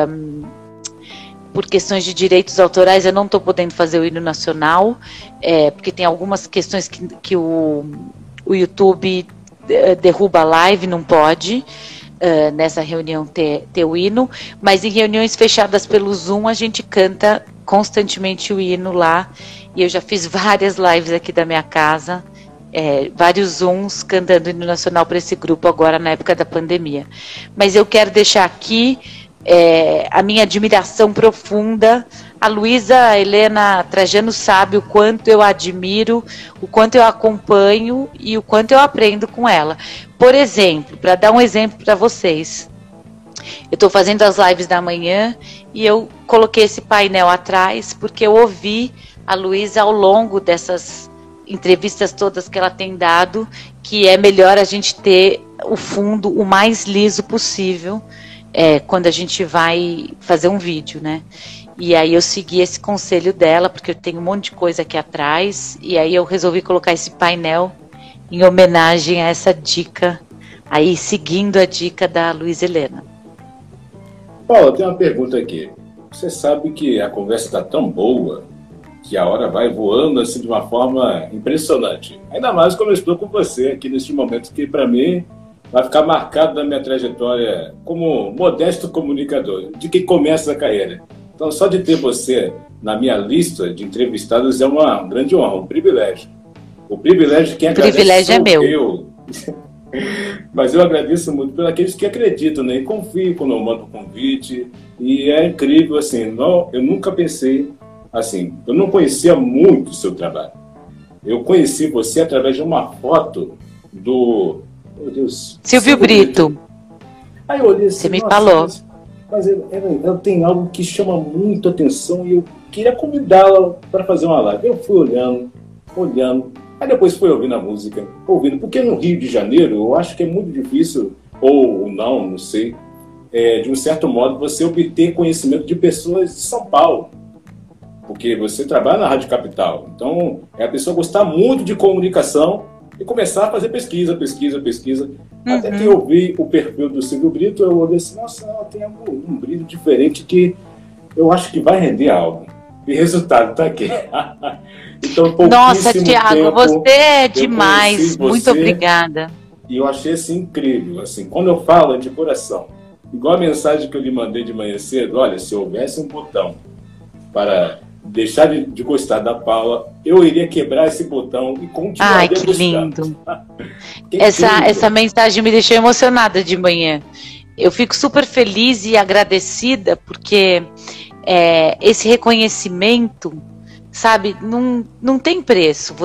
de direitos autorais, eu não estou podendo fazer o hino nacional, porque tem algumas questões que o YouTube derruba a live, não pode nessa reunião ter o hino, mas em reuniões fechadas pelo Zoom a gente canta constantemente o hino lá, e eu já fiz várias lives aqui da minha casa, vários Zooms cantando o hino nacional para esse grupo agora na época da pandemia. Mas eu quero deixar aqui a minha admiração profunda. A Luísa Helena Trajano sabe o quanto eu admiro, o quanto eu acompanho e o quanto eu aprendo com ela. Por exemplo, para dar um exemplo para vocês, eu estou fazendo as lives da manhã e eu coloquei esse painel atrás porque eu ouvi a Luísa ao longo dessas entrevistas todas que ela tem dado, que é melhor a gente ter o fundo o mais liso possível quando a gente vai fazer um vídeo, né? E aí eu segui esse conselho dela, porque eu tenho um monte de coisa aqui atrás, e aí eu resolvi colocar esse painel em homenagem a essa dica, aí seguindo a dica da Luísa Helena. Paula, tem uma pergunta aqui. Você sabe que a conversa está tão boa que a hora vai voando assim de uma forma impressionante. Ainda mais quando eu estou com você aqui neste momento que, para mim, vai ficar marcado na minha trajetória como modesto comunicador, de quem começa a carreira. Então, só de ter você na minha lista de entrevistados é uma grande honra, um privilégio. O privilégio que agradece. O privilégio é meu. Mas eu agradeço muito por aqueles que acreditam, né? E confiam quando eu mando o convite. E é incrível, assim, eu nunca pensei, assim, eu não conhecia muito o seu trabalho. Eu conheci você através de uma foto do... Meu Deus, Silvio Brito. Aí eu olhei assim, você me falou. Mas ela tem algo que chama muito atenção e eu queria convidá-la para fazer uma live. Eu fui olhando, aí depois fui ouvindo a música, porque no Rio de Janeiro eu acho que é muito difícil, ou não sei, de um certo modo você obter conhecimento de pessoas de São Paulo, porque você trabalha na Rádio Capital, então é a pessoa gostar muito de comunicação e começar a fazer pesquisa. Até que eu vi o perfil do Silvio Brito, eu olhei assim, nossa, ela tem um brilho diferente que eu acho que vai render algo. E resultado está aqui. Então, nossa, Thiago, você é demais. Muito obrigada. E eu achei assim incrível. Assim, quando eu falo de coração, igual a mensagem que eu lhe mandei de manhã cedo, olha, se houvesse um botão para deixar de gostar da Paula, eu iria quebrar esse botão e continuar. Ai, que lindo. Essa mensagem me deixou emocionada de manhã. Eu fico super feliz e agradecida porque esse reconhecimento, sabe, não tem preço.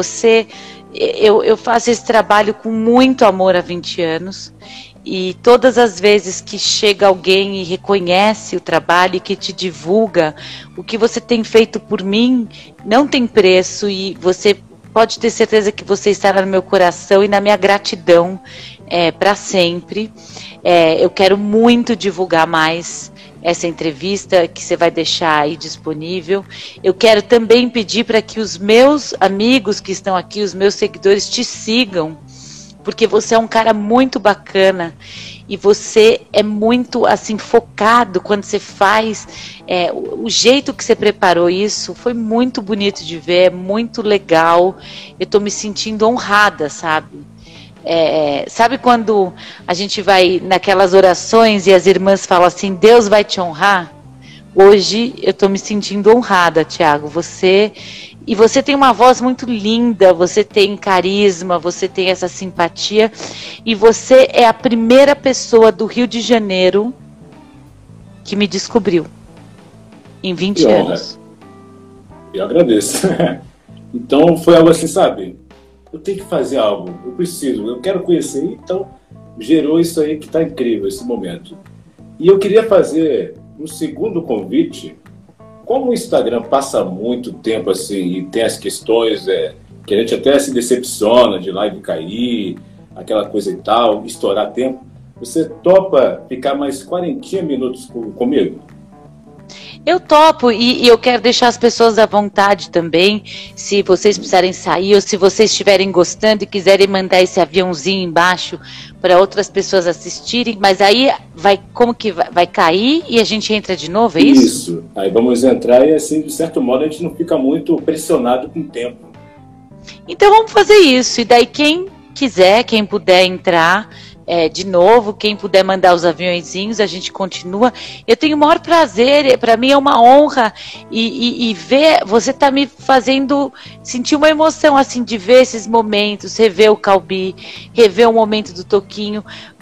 Eu faço esse trabalho com muito amor há 20 anos. E todas as vezes que chega alguém e reconhece o trabalho e que te divulga, o que você tem feito por mim não tem preço e você pode ter certeza que você estará no meu coração e na minha gratidão para sempre. Eu quero muito divulgar mais essa entrevista que você vai deixar aí disponível. Eu quero também pedir para que os meus amigos que estão aqui, os meus seguidores, te sigam, porque você é um cara muito bacana e você é muito assim focado quando você faz. O jeito que você preparou isso foi muito bonito de ver, é muito legal. Eu estou me sentindo honrada, sabe? Sabe quando a gente vai naquelas orações e as irmãs falam assim, Deus vai te honrar? Hoje eu estou me sentindo honrada, Thiago. Você tem uma voz muito linda, você tem carisma, você tem essa simpatia e você é a primeira pessoa do Rio de Janeiro que me descobriu em 20 anos. Eu agradeço. Então foi algo assim, sabe? Eu tenho que fazer algo, eu quero conhecer, então gerou isso aí que está incrível, esse momento. E eu queria fazer um segundo convite. Como o Instagram passa muito tempo assim e tem as questões que a gente até se decepciona de live cair, aquela coisa e tal, estourar tempo, você topa ficar mais 40 minutos comigo? Eu topo e eu quero deixar as pessoas à vontade também, se vocês precisarem sair ou se vocês estiverem gostando e quiserem mandar esse aviãozinho embaixo para outras pessoas assistirem, mas aí vai cair e a gente entra de novo, é isso? Isso, aí vamos entrar e assim, de certo modo, a gente não fica muito pressionado com o tempo. Então vamos fazer isso, e daí quem quiser, quem puder entrar de novo, quem puder mandar os aviãozinhos, a gente continua. Eu tenho o maior prazer, para mim é uma honra e ver, você tá me fazendo sentir uma emoção assim de ver esses momentos, rever o Calbi, rever o momento do Toquinho.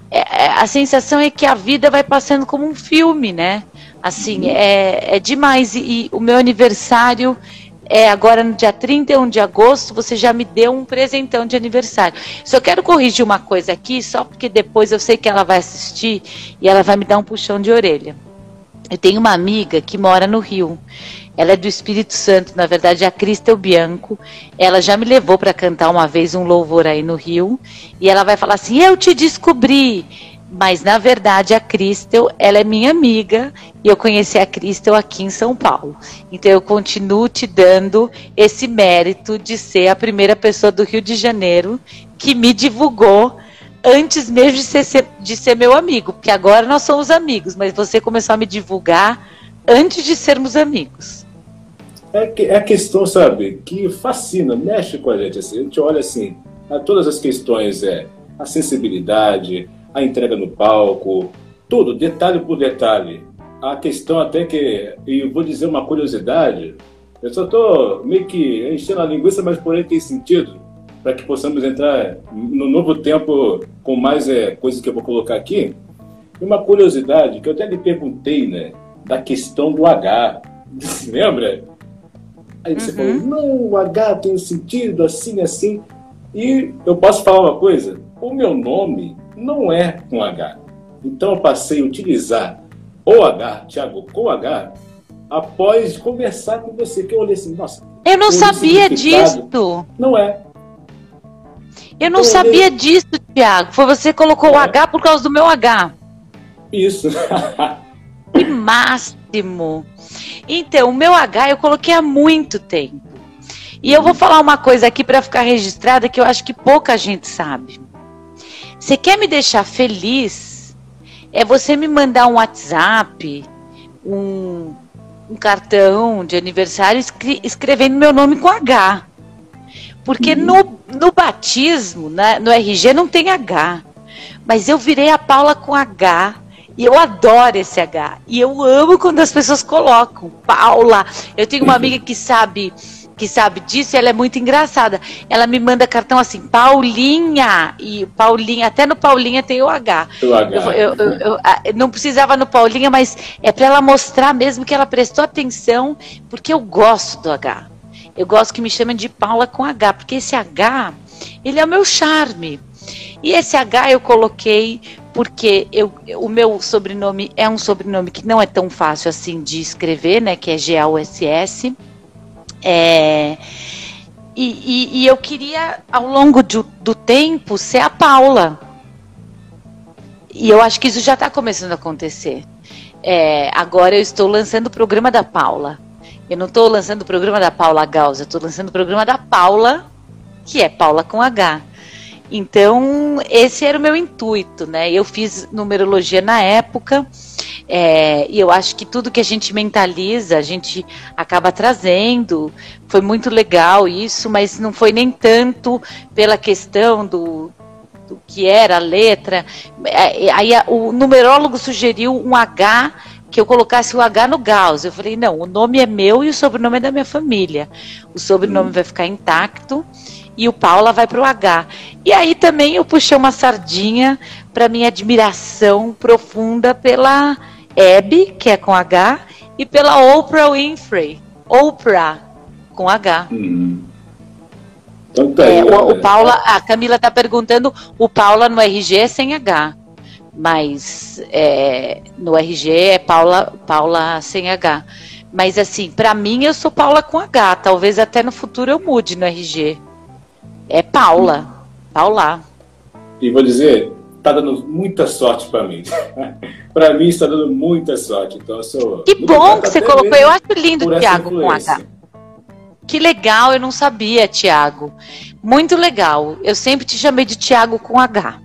A sensação é que a vida vai passando como um filme, né? Assim, é demais. E o meu aniversário agora no dia 31 de agosto, você já me deu um presentão de aniversário. Só quero corrigir uma coisa aqui, só porque depois eu sei que ela vai assistir e ela vai me dar um puxão de orelha. Eu tenho uma amiga que mora no Rio. Ela é do Espírito Santo, na verdade é a Cristel Bianco. Ela já me levou para cantar uma vez um louvor aí no Rio. E ela vai falar assim, eu te descobri. Mas, na verdade, a Cristel, ela é minha amiga e eu conheci a Cristel aqui em São Paulo. Então, eu continuo te dando esse mérito de ser a primeira pessoa do Rio de Janeiro que me divulgou antes mesmo de ser meu amigo. Porque agora nós somos amigos, mas você começou a me divulgar antes de sermos amigos. É a questão, sabe, que fascina, mexe com a gente. Assim, a gente olha assim, a todas as questões, a sensibilidade, a entrega no palco, tudo, detalhe por detalhe. A questão até que, e vou dizer uma curiosidade, eu só estou meio que enchendo a linguiça, mas porém tem sentido, para que possamos entrar no novo tempo com mais coisas que eu vou colocar aqui. E uma curiosidade que eu até lhe perguntei, né, da questão do H, se lembra? Aí você falou, não, o H tem um sentido assim, assim. E eu posso falar uma coisa? O meu nome não é com H. Então eu passei a utilizar o H, Thiago, com H, após conversar com você, que eu olhei assim, nossa... Eu não sabia disso. Não é. Eu não sabia disso, Thiago. Foi você que colocou o H por causa do meu H. Isso. Que máximo. Então, o meu H eu coloquei há muito tempo. E eu vou falar uma coisa aqui para ficar registrada que eu acho que pouca gente sabe. Você quer me deixar feliz? É você me mandar um WhatsApp, um cartão de aniversário escrevendo meu nome com H. Porque no batismo, no RG, não tem H. Mas eu virei a Paula com H. E eu adoro esse H. E eu amo quando as pessoas colocam Paula. Eu tenho uma amiga que sabe disso, e ela é muito engraçada. Ela me manda cartão assim, Paulinha. E Paulinha, até no Paulinha tem o H. O H. Eu não precisava no Paulinha, mas é para ela mostrar mesmo que ela prestou atenção, porque eu gosto do H. Eu gosto que me chamem de Paula com H, porque esse H, ele é o meu charme. E esse H eu coloquei porque o meu sobrenome é um sobrenome que não é tão fácil assim de escrever, né? Que é G-A-U-S-S. E eu queria, ao longo do tempo, ser a Paula. E eu acho que isso já está começando a acontecer. Agora eu estou lançando o programa da Paula. Eu não estou lançando o programa da Paula Gauss, eu estou lançando o programa da Paula, que é Paula com H. Então, esse era o meu intuito, né? Eu fiz numerologia na época, e eu acho que tudo que a gente mentaliza, a gente acaba trazendo. Foi muito legal isso, mas não foi nem tanto pela questão do que era a letra. Aí o numerólogo sugeriu um H, que eu colocasse o H no Gauss. Eu falei, não, o nome é meu e o sobrenome é da minha família. O sobrenome vai ficar intacto e o Paula vai para o H. E aí também eu puxei uma sardinha para minha admiração profunda pela Abby, que é com H, e pela Oprah Winfrey. Oprah, com H. Então tá aí, o Paula, a Camila está perguntando, o Paula no RG é sem H. Mas no RG é Paula sem H. Mas assim, para mim eu sou Paula com H. Talvez até no futuro eu mude no RG. É Paula. Paula. E vou dizer, tá dando muita sorte para mim. Para mim está dando muita sorte. Então eu sou. Que bom que você colocou. Eu acho lindo, Thiago, com H. Que legal, eu não sabia, Thiago. Muito legal. Eu sempre te chamei de Thiago com H.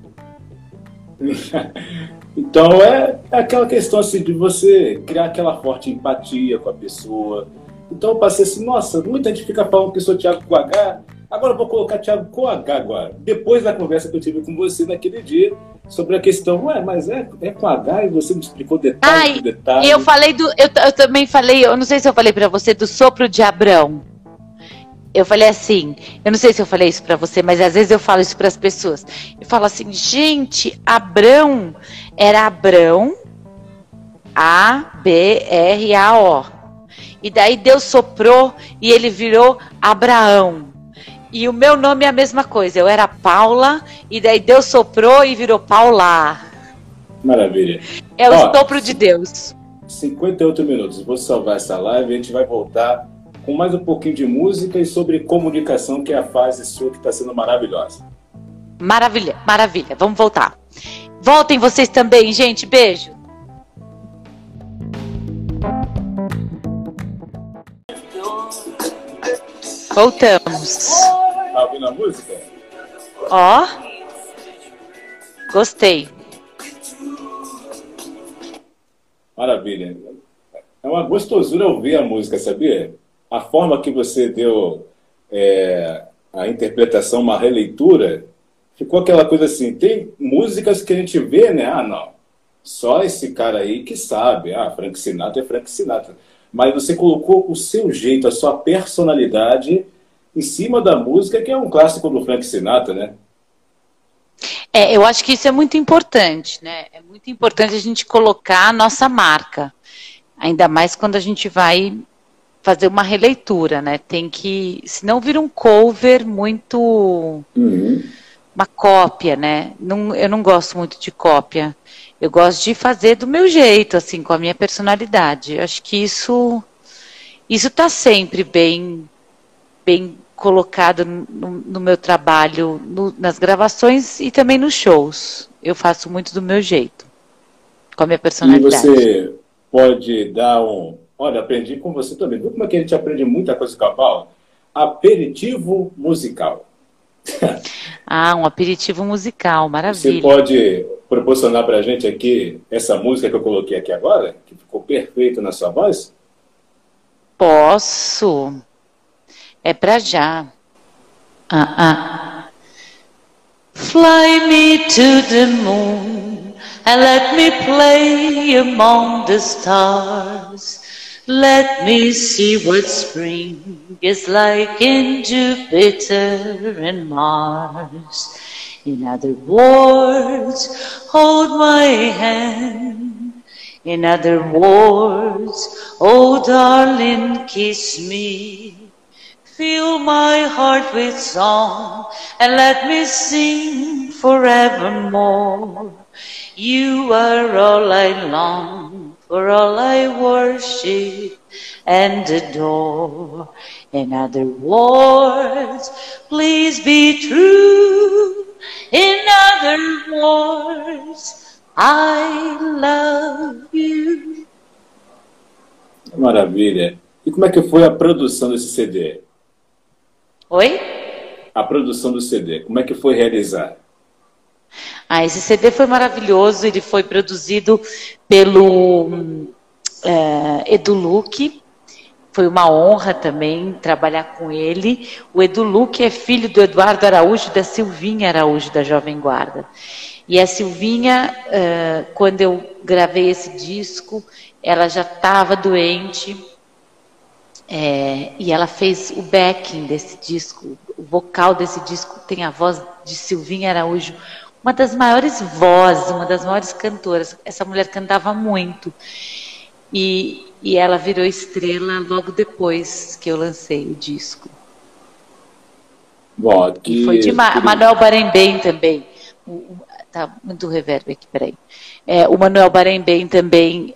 Então é aquela questão assim de você criar aquela forte empatia com a pessoa. Então eu passei assim, nossa, muita gente fica falando que eu sou Thiago com H, agora eu vou colocar Thiago com H agora. Depois da conversa que eu tive com você naquele dia sobre a questão, mas é com H, e você me explicou detalhe por detalhe. E eu falei eu também falei, eu não sei se eu falei pra você do sopro de Abrão. Eu falei assim, eu não sei se eu falei isso pra você, mas às vezes eu falo isso pras pessoas. Eu falo assim, gente, Abrão era Abrão, A-B-R-A-O. E daí Deus soprou e ele virou Abraão. E o meu nome é a mesma coisa, eu era Paula, e daí Deus soprou e virou Paula. Maravilha. É o sopro de Deus. 58 minutos, vou salvar essa live e a gente vai voltar com mais um pouquinho de música e sobre comunicação, que é a fase sua que está sendo maravilhosa. Maravilha, maravilha. Vamos voltar. Voltem vocês também, gente. Beijo. Voltamos. Tá ouvindo a música? Ó. Gostei. Maravilha. É uma gostosura ouvir a música, sabia? A forma que você deu a interpretação, uma releitura, ficou aquela coisa assim, tem músicas que a gente vê, né? Ah, não, só esse cara aí que sabe. Ah, Frank Sinatra é Frank Sinatra. Mas você colocou o seu jeito, a sua personalidade em cima da música, que é um clássico do Frank Sinatra, né? Eu acho que isso é muito importante, né? É muito importante a gente colocar a nossa marca. Ainda mais quando a gente vai fazer uma releitura, né? Tem que... Senão vira um cover muito... Uma cópia, né? Eu não gosto muito de cópia. Eu gosto de fazer do meu jeito, assim, com a minha personalidade. Eu acho que isso está sempre bem colocado no meu trabalho, nas gravações e também nos shows. Eu faço muito do meu jeito, com a minha personalidade. E você pode dar um... Olha, aprendi com você também. Viu como é que a gente aprende muita coisa com a Paula? Aperitivo musical. Ah, um aperitivo musical, maravilha. Você pode proporcionar para a gente aqui essa música que eu coloquei aqui agora, que ficou perfeita na sua voz? Posso. É pra já. Fly me to the moon and let me play among the stars. Let me see what spring is like in Jupiter and Mars. In other words, hold my hand. In other words, oh darling, kiss me. Fill my heart with song and let me sing forevermore. You are all I long for, all I worship and adore. In other words, please be true. In other words, I love you. Maravilha. E como é que foi a produção desse CD? Oi? A produção do CD, como é que foi realizar? Esse CD foi maravilhoso, ele foi produzido pelo Edu Luque, foi uma honra também trabalhar com ele. O Edu Luque é filho do Eduardo Araújo e da Silvinha Araújo, da Jovem Guarda. E a Silvinha, quando eu gravei esse disco, ela já estava doente, e ela fez o backing desse disco, o vocal desse disco tem a voz de Silvinha Araújo, uma das maiores vozes, uma das maiores cantoras. Essa mulher cantava muito. E ela virou estrela logo depois que eu lancei o disco. Bom, e foi de Manuel Barembem também. Tá muito reverb aqui, peraí. O Manuel Barembem também,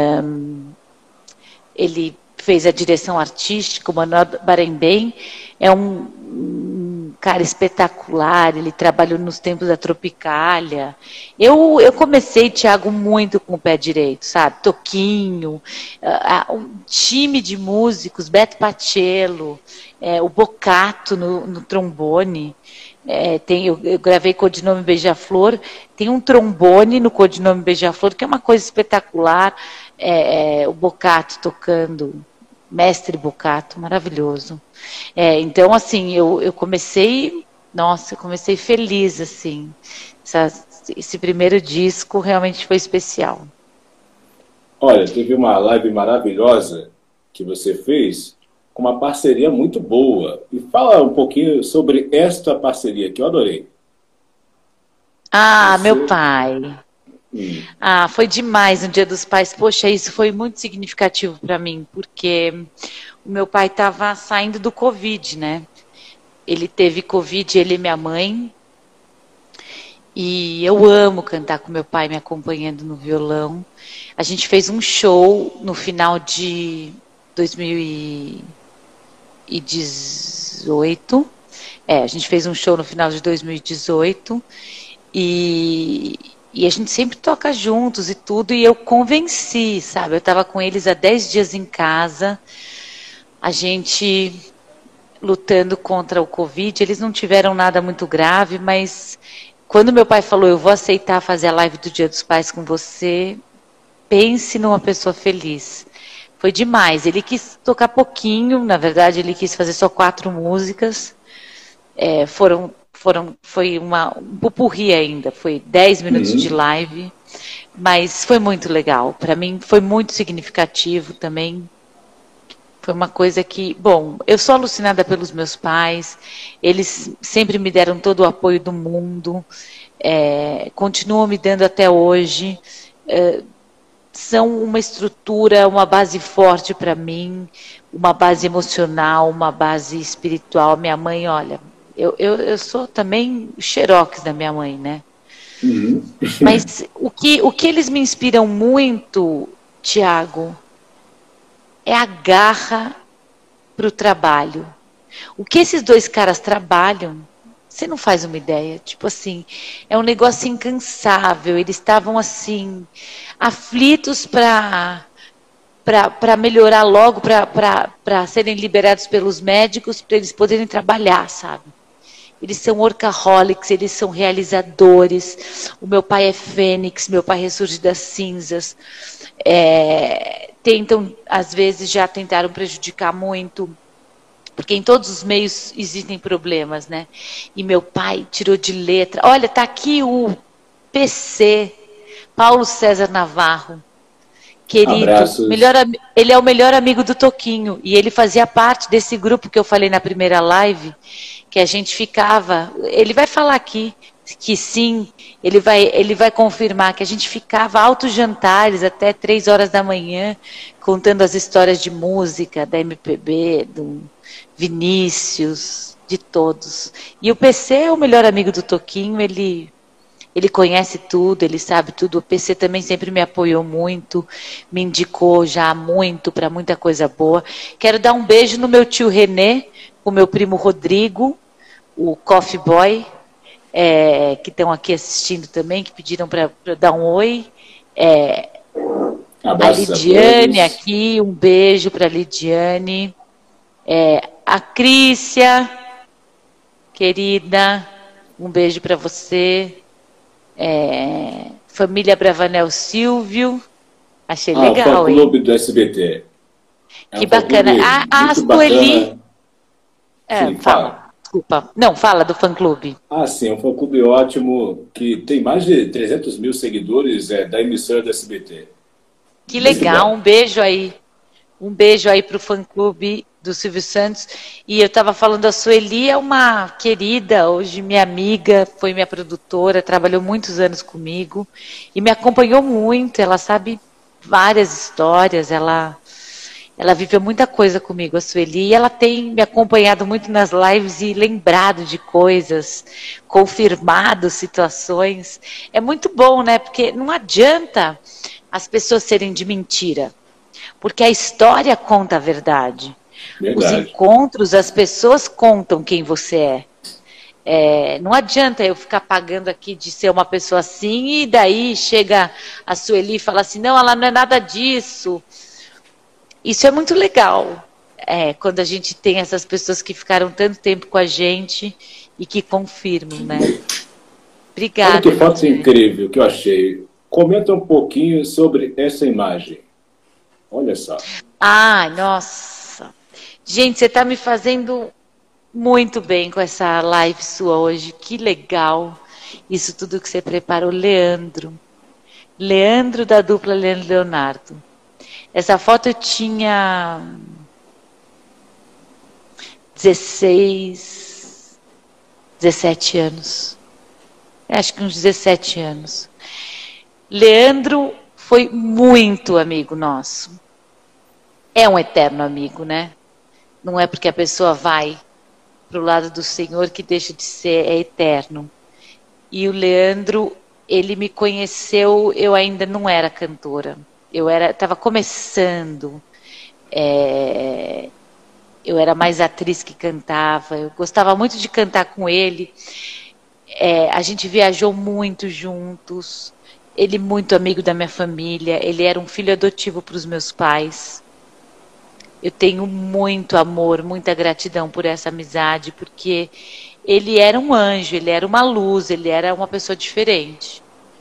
ele fez a direção artística. O Manuel Barembem é um cara espetacular, ele trabalhou nos tempos da Tropicália. Eu comecei, Thiago, muito com o pé direito, sabe? Toquinho, um time de músicos, Beto Pacello, o Bocato no trombone. Eu gravei Codinome Beija-Flor, tem um trombone no Codinome Beija-Flor, que é uma coisa espetacular, o Bocato tocando, mestre Bocato, maravilhoso. Então, assim, eu comecei, eu comecei feliz, assim, esse primeiro disco realmente foi especial. Olha, teve uma live maravilhosa que você fez, com uma parceria muito boa. E fala um pouquinho sobre esta parceria, que eu adorei. Meu pai. Foi demais no Dia dos Pais. Poxa, isso foi muito significativo para mim, porque o meu pai estava saindo do Covid, né? Ele teve Covid, ele e minha mãe. E eu amo cantar com meu pai me acompanhando no violão. A gente fez um show no final de 2018. A gente fez um show no final de 2018 e E a gente sempre toca juntos e tudo, e eu convenci, sabe? Eu estava com eles há 10 dias em casa, a gente lutando contra o Covid, eles não tiveram nada muito grave, mas quando meu pai falou, eu vou aceitar fazer a live do Dia dos Pais com você, pense numa pessoa feliz. Foi demais, ele quis tocar pouquinho, na verdade ele quis fazer só 4 músicas, foi um pupurri ainda, foi 10 minutos de live, mas foi muito legal, para mim foi muito significativo também. Foi uma coisa que, bom, eu sou alucinada pelos meus pais, eles sempre me deram todo o apoio do mundo, continuam me dando até hoje, são uma estrutura, uma base forte para mim, uma base emocional, uma base espiritual. Minha mãe, olha, eu sou também xerox da minha mãe, né? Mas o que eles me inspiram muito, Tiago, é a garra para o trabalho. O que esses 2 caras trabalham, você não faz uma ideia. Tipo assim, é um negócio incansável. Eles estavam assim, aflitos para melhorar logo, para serem liberados pelos médicos, para eles poderem trabalhar, sabe? Eles são workaholics, eles são realizadores. O meu pai é fênix, meu pai ressurge das cinzas. Tentam, às vezes já tentaram prejudicar muito, porque em todos os meios existem problemas, né? E meu pai tirou de letra. Olha, tá aqui o PC, Paulo César Navarro, querido. Ele é o melhor amigo do Toquinho, e ele fazia parte desse grupo que eu falei na primeira live, que a gente ficava, ele vai falar aqui, que sim, ele vai confirmar que a gente ficava altos jantares até 3 horas da manhã, contando as histórias de música, da MPB, do Vinícius, de todos. E o PC é o melhor amigo do Toquinho, ele conhece tudo, ele sabe tudo. O PC também sempre me apoiou muito, me indicou já muito para muita coisa boa. Quero dar um beijo no meu tio Renê, o meu primo Rodrigo, o Coffee Boy, que estão aqui assistindo também, que pediram para dar um oi. A Lidiane aqui, um beijo para a Lidiane. A Crícia, querida, um beijo para você. Família Bravanel Silvio, achei legal, hein? O fã-clube do SBT. Que bacana. A Sueli... Sim, fala. Desculpa. Não, fala do fã-clube. Sim, é um fã-clube ótimo, que tem mais de 300 mil seguidores da emissora do SBT. Que legal, um beijo aí. Um beijo aí para o fã-clube do Silvio Santos. E eu estava falando, a Sueli é uma querida, hoje minha amiga, foi minha produtora, trabalhou muitos anos comigo e me acompanhou muito. Ela sabe várias histórias, ela viveu muita coisa comigo, a Sueli, e ela tem me acompanhado muito nas lives e lembrado de coisas, confirmado situações. É muito bom, né? Porque não adianta as pessoas serem de mentira, porque a história conta a verdade. Verdade. Os encontros, as pessoas contam quem você é. Não adianta eu ficar pagando aqui de ser uma pessoa assim, e daí chega a Sueli e fala assim, não, ela não é nada disso. Isso é muito legal, quando a gente tem essas pessoas que ficaram tanto tempo com a gente e que confirmam, né? Obrigada. Olha que foto incrível que eu achei. Comenta um pouquinho sobre essa imagem. Olha só. Nossa. Gente, você está me fazendo muito bem com essa live sua hoje. Que legal. Isso tudo que você preparou, Leandro. Leandro da dupla Leandro Leonardo. Essa foto eu tinha 16, 17 anos. Acho que uns 17 anos. Leandro foi muito amigo nosso. É um eterno amigo, né? Não é porque a pessoa vai para o lado do Senhor que deixa de ser, é eterno. E o Leandro, ele me conheceu, eu ainda não era cantora. Eu estava começando, eu era mais atriz que cantava, eu gostava muito de cantar com ele, a gente viajou muito juntos, Ele muito amigo da minha família, ele era um filho adotivo para os meus pais. Eu tenho muito amor, muita gratidão por essa amizade, porque ele era um anjo, ele era uma luz, ele era uma pessoa diferente.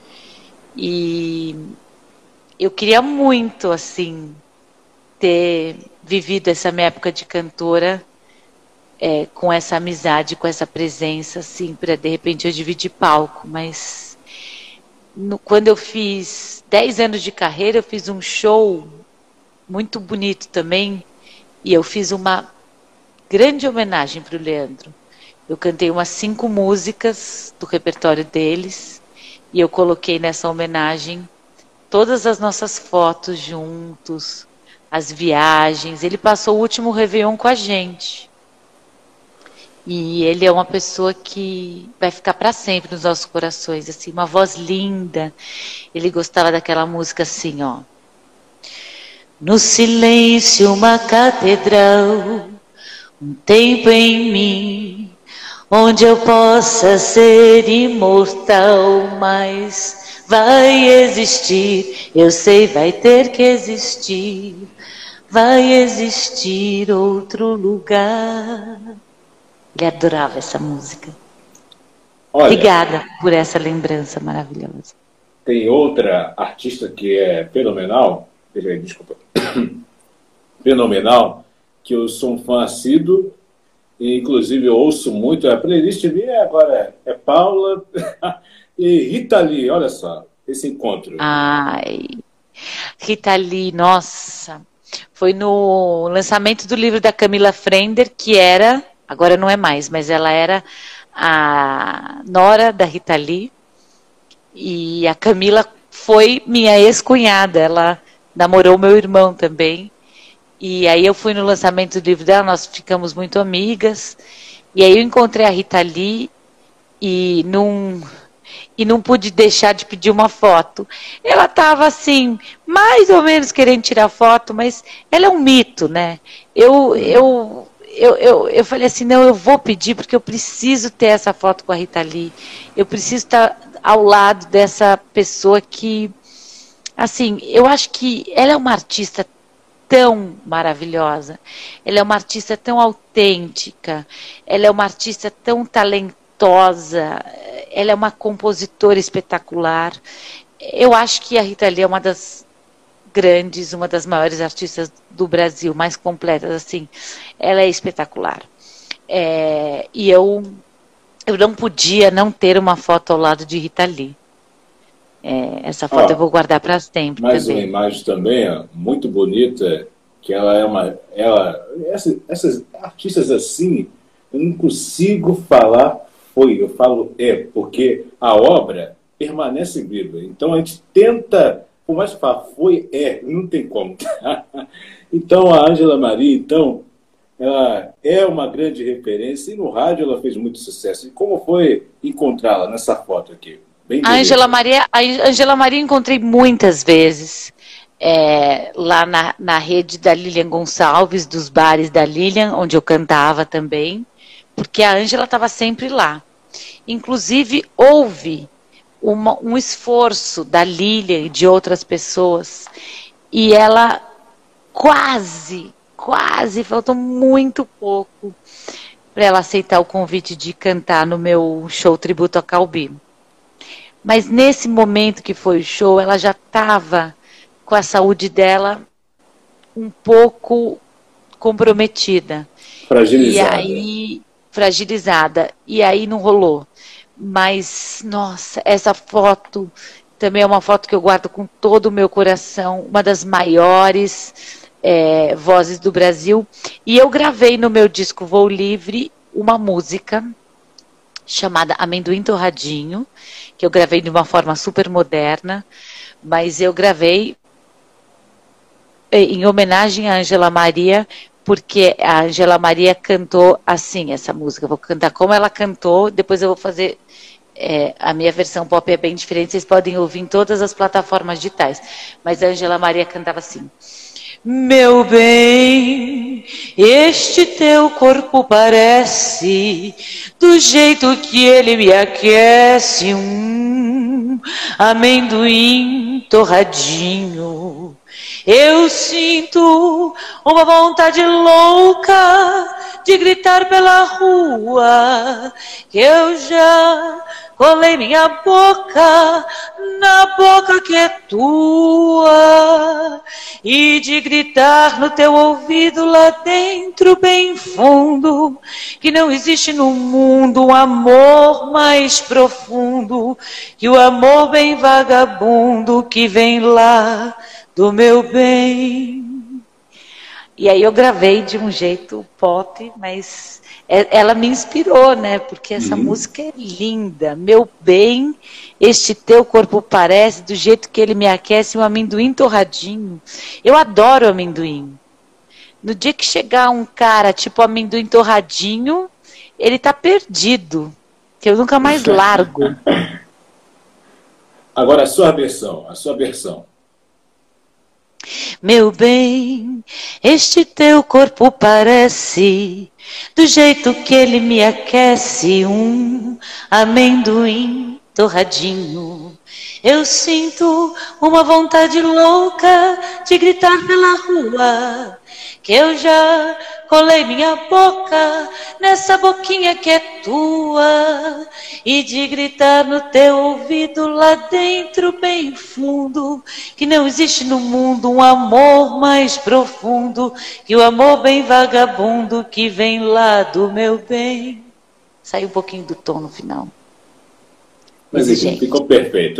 E eu queria muito, assim, ter vivido essa minha época de cantora com essa amizade, com essa presença, assim, para de repente eu dividir palco. Mas quando eu fiz 10 anos de carreira, eu fiz um show muito bonito também, e eu fiz uma grande homenagem para o Leandro. Eu cantei umas 5 músicas do repertório deles, e eu coloquei nessa homenagem todas as nossas fotos juntos, as viagens. Ele passou o último Réveillon com a gente. E ele é uma pessoa que vai ficar para sempre nos nossos corações, assim, uma voz linda. Ele gostava daquela música assim, ó. No silêncio uma catedral, um tempo em mim, onde eu possa ser imortal, mas vai existir, eu sei, vai ter que existir, vai existir outro lugar. Ele adorava essa música. Olha, obrigada por essa lembrança maravilhosa. Tem outra artista que é fenomenal, desculpa, fenomenal, que eu sou um fã assíduo, e inclusive eu ouço muito, a playlist minha agora é Paula e Rita Lee, olha só, esse encontro. Ai, Rita Lee, nossa, foi no lançamento do livro da Camila Frender, que era... Agora não é mais, mas ela era a nora da Rita Lee. E a Camila foi minha ex-cunhada. Ela namorou meu irmão também. E aí eu fui no lançamento do livro dela, nós ficamos muito amigas. E aí eu encontrei a Rita Lee e não pude deixar de pedir uma foto. Ela estava assim, mais ou menos querendo tirar foto, mas ela é um mito, né? Eu falei assim, não, eu vou pedir porque eu preciso ter essa foto com a Rita Lee. Eu preciso estar ao lado dessa pessoa que, assim, eu acho que ela é uma artista tão maravilhosa, ela é uma artista tão autêntica, ela é uma artista tão talentosa, ela é uma compositora espetacular. Eu acho que a Rita Lee é uma das grandes, uma das maiores artistas do Brasil, mais completas, assim, ela é espetacular. E eu não podia não ter uma foto ao lado de Rita Lee. Essa foto eu vou guardar para sempre. Mais também. Uma imagem também, ó, muito bonita, que ela é essas artistas assim, eu não consigo falar eu falo porque a obra permanece viva. Então a gente tenta, por mais que fala não tem como. Então a Ângela Maria, ela é uma grande referência e no rádio ela fez muito sucesso. E como foi encontrá-la nessa foto aqui? A Ângela Maria encontrei muitas vezes lá na rede da Lilian Gonçalves, dos bares da Lilian, onde eu cantava também, porque a Ângela estava sempre lá. Inclusive houve um esforço da Lilian e de outras pessoas, e ela quase, faltou muito pouco para ela aceitar o convite de cantar no meu show tributo a Calbi. Mas nesse momento que foi o show, ela já estava com a saúde dela um pouco comprometida. Fragilizada. E aí não rolou. Mas, nossa, essa foto também é uma foto que eu guardo com todo o meu coração, uma das maiores vozes do Brasil. E eu gravei no meu disco Voo Livre uma música chamada Amendoim Torradinho, que eu gravei de uma forma super moderna, mas eu gravei em homenagem à Ângela Maria, porque a Ângela Maria cantou assim essa música. Eu vou cantar como ela cantou, depois eu vou fazer a minha versão pop é bem diferente, vocês podem ouvir em todas as plataformas digitais. Mas a Ângela Maria cantava assim: meu bem, este teu corpo parece, do jeito que ele me aquece, amendoim torradinho. Eu sinto uma vontade louca de gritar pela rua que eu já colei minha boca na boca que é tua, e de gritar no teu ouvido lá dentro bem fundo que não existe no mundo um amor mais profundo que o amor bem vagabundo que vem lá do meu bem. E aí eu gravei de um jeito pop, mas ela me inspirou, né? Porque essa música é linda. Meu bem, este teu corpo parece, do jeito que ele me aquece, um amendoim torradinho. Eu adoro amendoim. No dia que chegar um cara tipo amendoim torradinho, ele tá perdido, que eu nunca mais largo. Agora a sua versão, Meu bem, este teu corpo parece, do jeito que ele me aquece, um amendoim torradinho. Eu sinto uma vontade louca de gritar pela rua que eu já colei minha boca nessa boquinha que é tua, e de gritar no teu ouvido lá dentro bem fundo que não existe no mundo um amor mais profundo que o amor bem vagabundo que vem lá do meu bem. Saiu um pouquinho do tom no final. Mas enfim, ficou perfeito.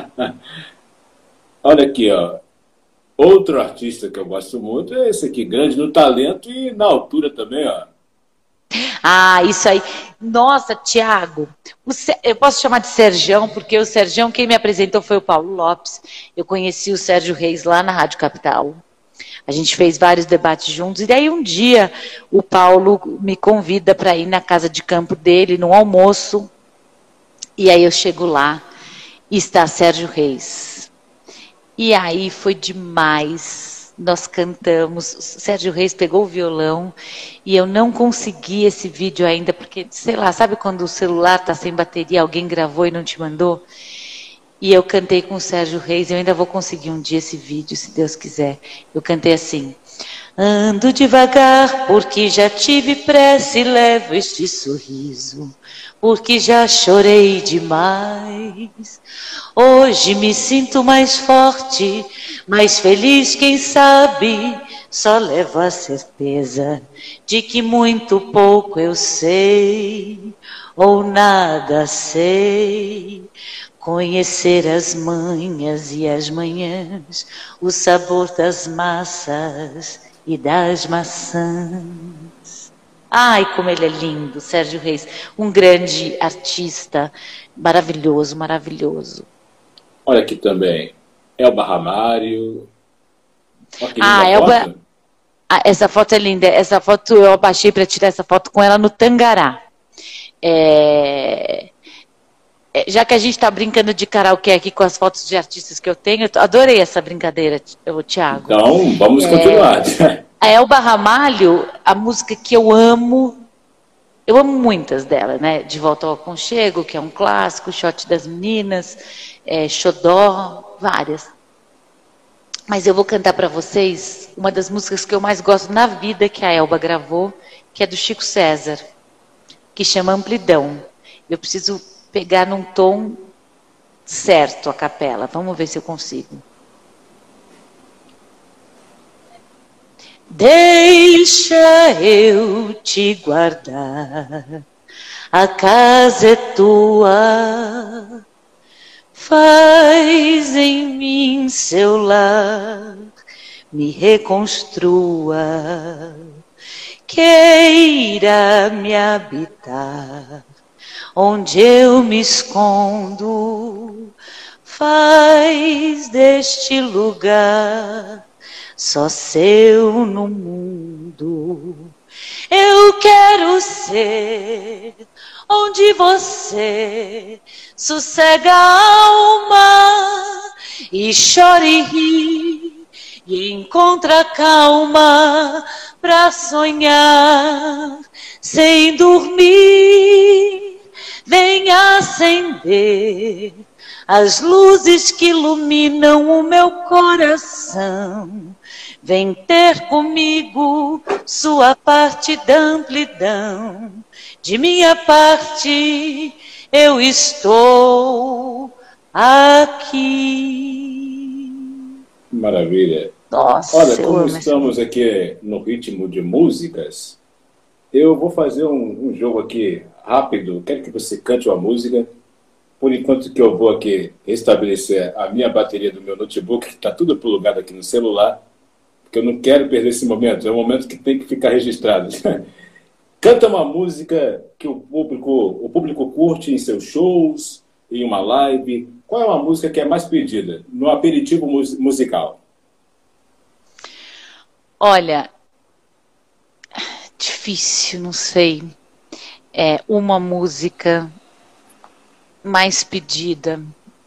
Olha aqui, ó. Outro artista que eu gosto muito é esse aqui, grande no talento e na altura também, ó. Ah, isso aí. Nossa, Thiago, eu posso chamar de Serjão, porque o Serjão, quem me apresentou foi o Paulo Lopes. Eu conheci o Sérgio Reis lá na Rádio Capital. A gente fez vários debates juntos. E daí um dia o Paulo me convida para ir na casa de campo dele, num almoço. E aí eu chego lá e está Sérgio Reis. E aí foi demais, nós cantamos, o Sérgio Reis pegou o violão e eu não consegui esse vídeo ainda, porque, sei lá, sabe quando o celular está sem bateria, alguém gravou e não te mandou? E eu cantei com o Sérgio Reis, eu ainda vou conseguir um dia esse vídeo, se Deus quiser. Eu cantei assim: ando devagar porque já tive pressa e levo este sorriso, porque já chorei demais. Hoje me sinto mais forte, mais feliz, quem sabe. Só levo a certeza de que muito pouco eu sei, ou nada sei. Conhecer as manhas e as manhãs, o sabor das massas e das maçãs. Ai, como ele é lindo, Sérgio Reis. Um grande artista, maravilhoso, maravilhoso. Olha aqui também, Elba Ramalho. Elba, essa foto é linda. Essa foto eu abaixei para tirar essa foto com ela no Tangará. Já que a gente está brincando de karaokê aqui com as fotos de artistas que eu tenho, eu adorei essa brincadeira, Thiago. Então, vamos continuar. A Elba Ramalho, a música que eu amo muitas dela, né? De Volta ao Aconchego, que é um clássico, Shot das Meninas, Xodó, várias. Mas eu vou cantar para vocês uma das músicas que eu mais gosto na vida, que a Elba gravou, que é do Chico César, que chama Amplidão. Eu preciso pegar num tom certo a capela. Vamos ver se eu consigo. Deixa eu te guardar, a casa é tua, faz em mim seu lar, me reconstrua, queira me habitar, onde eu me escondo, faz deste lugar só seu no mundo. Eu quero ser onde você sossega a alma e chora e ri e encontra calma pra sonhar sem dormir. Venha acender as luzes que iluminam o meu coração. Vem ter comigo sua parte da amplidão. De minha parte, eu estou aqui. Maravilha. Nossa, olha, como estamos aqui no ritmo de músicas, eu vou fazer um jogo aqui rápido. Quero que você cante uma música. Por enquanto que eu vou aqui restabelecer a minha bateria do meu notebook, que está tudo plugado aqui no celular, porque eu não quero perder esse momento. É um momento que tem que ficar registrado. Canta uma música que o público curte em seus shows, em uma live. Qual é uma música que é mais pedida no aperitivo musical? Olha, difícil, não sei. É uma música mais pedida.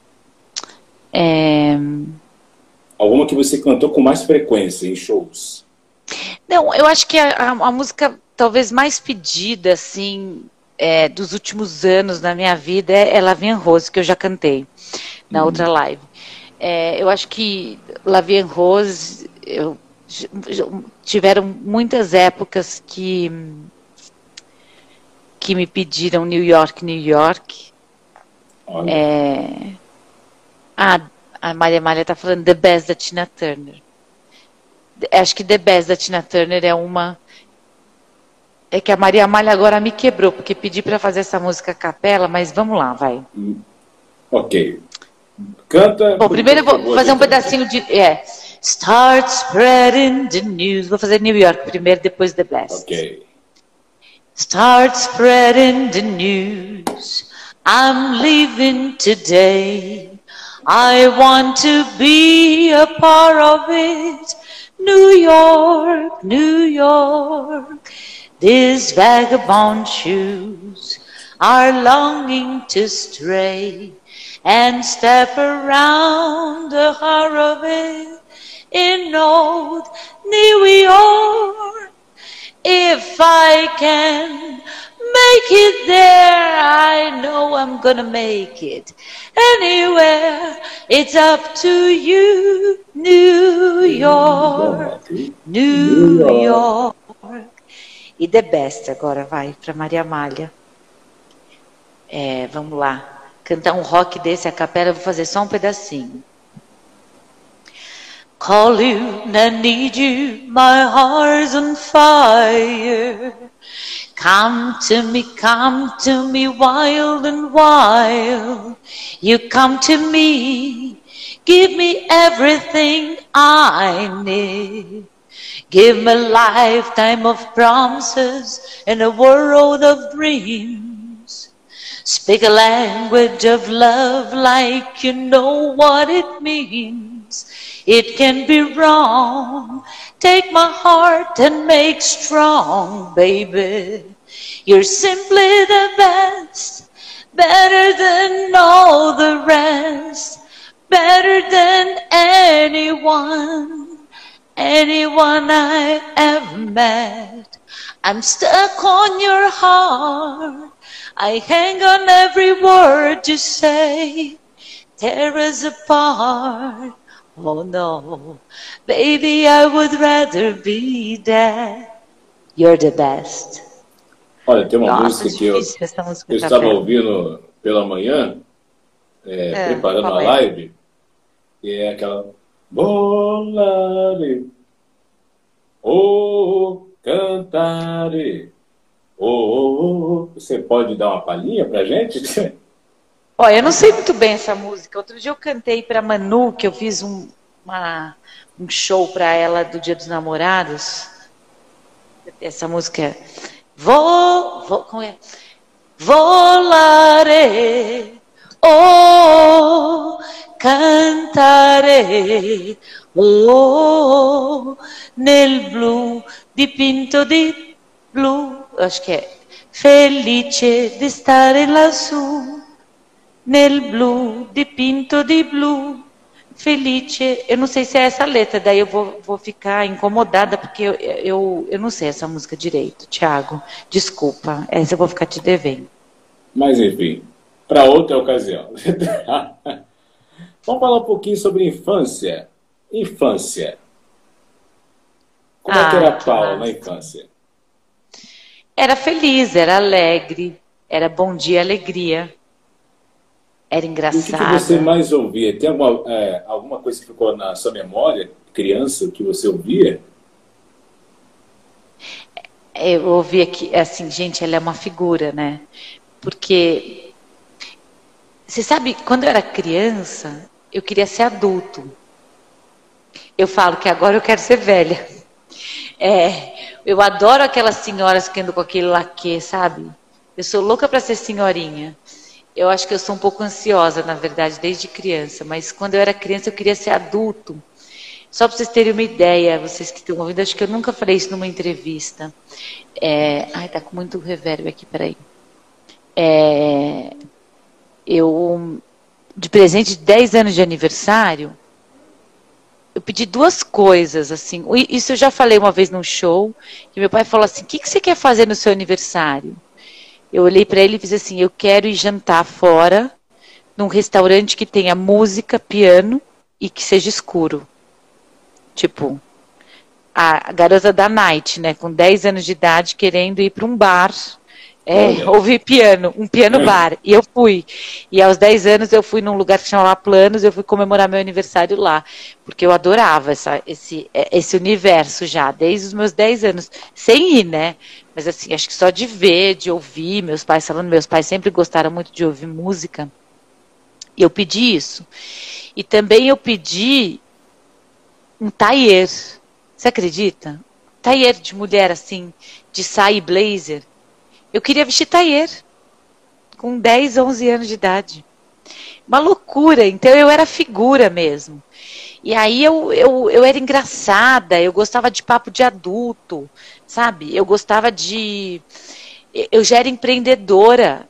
Alguma que você cantou com mais frequência em shows? Não, eu acho que a música talvez mais pedida, assim, dos últimos anos na minha vida é La Vie en Rose, que eu já cantei na outra live. Eu acho que La Vie en Rose, tiveram muitas épocas que me pediram New York, New York. A Maria Amália está falando The Best da Tina Turner. Acho que The Best da Tina Turner é uma... É que a Maria Amália agora me quebrou, porque pedi para fazer essa música a capela, mas vamos lá, vai. Ok. Canta... Bom, primeiro eu vou fazer um pedacinho de... Start spreading the news. Vou fazer New York primeiro, depois The Best. Ok. Start spreading the news. I'm leaving today. I want to be a part of it. New York, New York. These vagabond shoes are longing to stray and step around the heart of it in old New York. If I can make it there, I know I'm gonna make it anywhere. It's up to you, New York, New York. E The Best agora vai para Maria Amália. Vamos lá. Cantar um rock desse a capela, eu vou fazer só um pedacinho. Call you and need you, my heart's on fire. Come to me, wild and wild. You come to me, give me everything I need. Give me a lifetime of promises and a world of dreams. Speak a language of love like you know what it means. It can be wrong. Take my heart and make strong, baby. You're simply the best, better than all the rest, better than anyone I ever met. I'm stuck on your heart. I hang on every word you say. Tear us apart. Oh no, baby, I would rather be dead. You're the best. Olha, tem uma música que eu estava ouvindo pela manhã, preparando a live, e é aquela... Volare, cantare, Você pode dar uma palhinha pra gente? Olha, eu não sei muito bem essa música. Outro dia eu cantei para Manu, que eu fiz um show para ela do Dia dos Namorados. Essa música é como é? Volare, cantare, nel blu dipinto di blu. Acho que é felice di stare lassù. Nel blu, dipinto di blu, felice. Eu não sei se é essa letra, daí eu vou ficar incomodada, porque eu não sei essa música direito, Thiago. Desculpa, essa eu vou ficar te devendo. Mas enfim, Para outra ocasião. Vamos falar um pouquinho sobre infância. Infância. Como é que era a Paula na infância? Era feliz, era alegre, era bom dia, alegria. Era E o que você engraçada. mais ouvia? Tem alguma coisa que ficou na sua memória, criança, que você ouvia? Eu ouvi aqui, assim, gente, ela é uma figura, né? Porque, você sabe, quando eu era criança, eu queria ser adulto. Eu falo que agora eu quero ser velha. Eu adoro aquelas senhoras que andam com aquele laquê, sabe? Eu sou louca para ser senhorinha. Eu acho que eu sou um pouco ansiosa, na verdade, desde criança. Mas quando eu era criança, eu queria ser adulto. Só para vocês terem uma ideia, vocês que estão ouvindo, acho que eu nunca falei isso numa entrevista. Ai, tá com muito reverb aqui, peraí. Eu, de presente de 10 anos de aniversário, eu pedi duas coisas, assim. Isso eu já falei uma vez num show, que meu pai falou assim, o que você quer fazer no seu aniversário? Eu olhei para ele e fiz assim, eu quero ir jantar fora, num restaurante que tenha música, piano e que seja escuro. Tipo, a garota da night, né, com 10 anos de idade, querendo ir para um bar, Olha. ouvir piano, um piano bar. E eu fui. E aos 10 anos eu fui num lugar que chamava Planos, eu fui comemorar meu aniversário lá. Porque eu adorava esse universo já, desde os meus 10 anos. Sem ir, né? Mas assim, acho que só de ver, de ouvir, meus pais falando, meus pais sempre gostaram muito de ouvir música. E eu pedi isso. E também eu pedi um tailleur. Você acredita? Tailleur de mulher, assim, de saia e blazer. Eu queria vestir tailleur, com 10, 11 anos de idade. Uma loucura, então eu era figura mesmo. E aí eu era engraçada, eu gostava de papo de adulto, sabe? Eu gostava de... Eu já era empreendedora.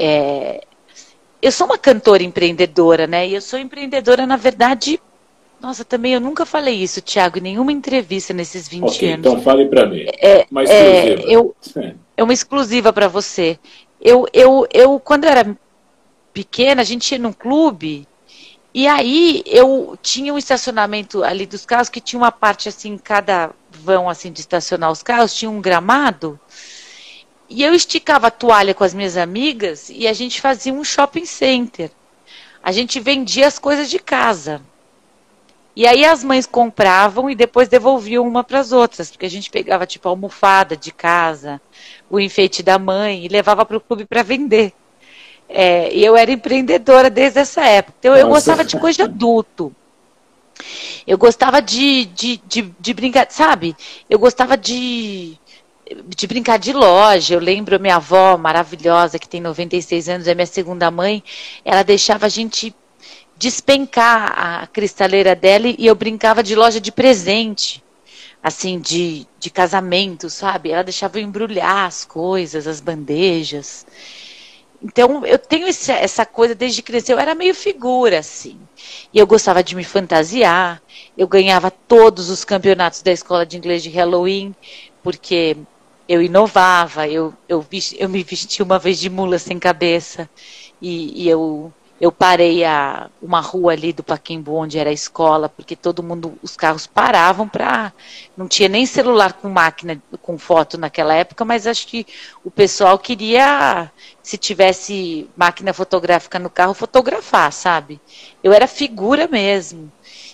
Eu sou uma cantora empreendedora, né? E eu sou empreendedora, na verdade... Nossa, também eu nunca falei isso, Thiago, em nenhuma entrevista nesses 20 Ok, anos. então fale para mim. Uma exclusiva. É uma exclusiva para você. Quando eu era pequena, a gente ia num clube e aí eu tinha um estacionamento ali dos carros que tinha uma parte assim, cada vão assim de estacionar os carros, tinha um gramado e eu esticava a toalha com as minhas amigas e a gente fazia um shopping center. A gente vendia as coisas de casa. E aí as mães compravam e depois devolviam uma para as outras, porque a gente pegava tipo a almofada de casa, o enfeite da mãe e levava para o clube para vender. E eu era empreendedora desde essa época. Então eu Nossa. gostava de coisa de adulto. Eu gostava de brincar, sabe? Eu gostava de brincar de loja. Eu lembro minha avó maravilhosa, que tem 96 anos, é minha segunda mãe, ela deixava a gente despencar a cristaleira dela e eu brincava de loja de presente, assim, de casamento, sabe? Ela deixava eu embrulhar as coisas, as bandejas. Então, eu tenho essa coisa desde criança. Eu era meio figura, assim. E eu gostava de me fantasiar. Eu ganhava todos os campeonatos da escola de inglês de Halloween, porque eu inovava. Eu me vesti uma vez de mula sem cabeça. E eu parei uma rua ali do Pacaembu, onde era a escola, porque todo mundo, os carros paravam para... Não tinha nem celular com máquina, com foto naquela época, mas acho que o pessoal queria, se tivesse máquina fotográfica no carro, fotografar, sabe? Eu era figura mesmo.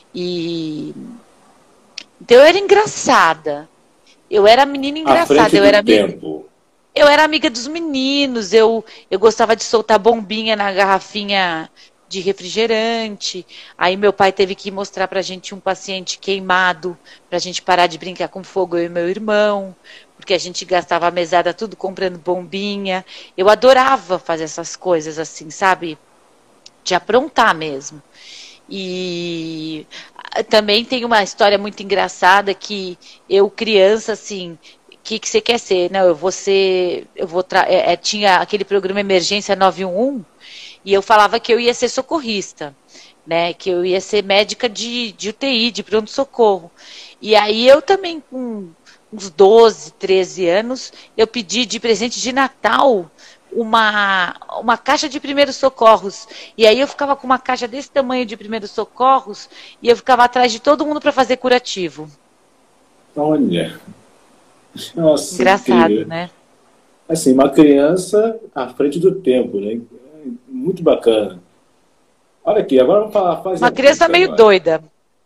Então eu era engraçada. Eu era menina À engraçada. frente do tempo. Eu era amiga dos meninos, eu gostava de soltar bombinha na garrafinha de refrigerante. Aí meu pai teve que mostrar pra gente um paciente queimado, pra gente parar de brincar com fogo, eu e meu irmão, porque a gente gastava a mesada tudo comprando bombinha. Eu adorava fazer essas coisas assim, sabe? De aprontar mesmo. E também tem uma história muito engraçada que eu, criança, assim... O que você quer ser? Não, tinha aquele programa Emergência 911 e eu falava que eu ia ser socorrista, né? Que eu ia ser médica de UTI, de pronto-socorro. E aí eu também, com uns 12, 13 anos, eu pedi de presente de Natal uma caixa de primeiros socorros. E aí eu ficava com uma caixa desse tamanho de primeiros socorros e eu ficava atrás de todo mundo para fazer curativo. Olha, nossa, Engraçado, incrível. né? Assim, uma criança à frente do tempo, né? Muito bacana. Olha aqui, agora vamos falar, Uma fazer criança música meio agora. doida.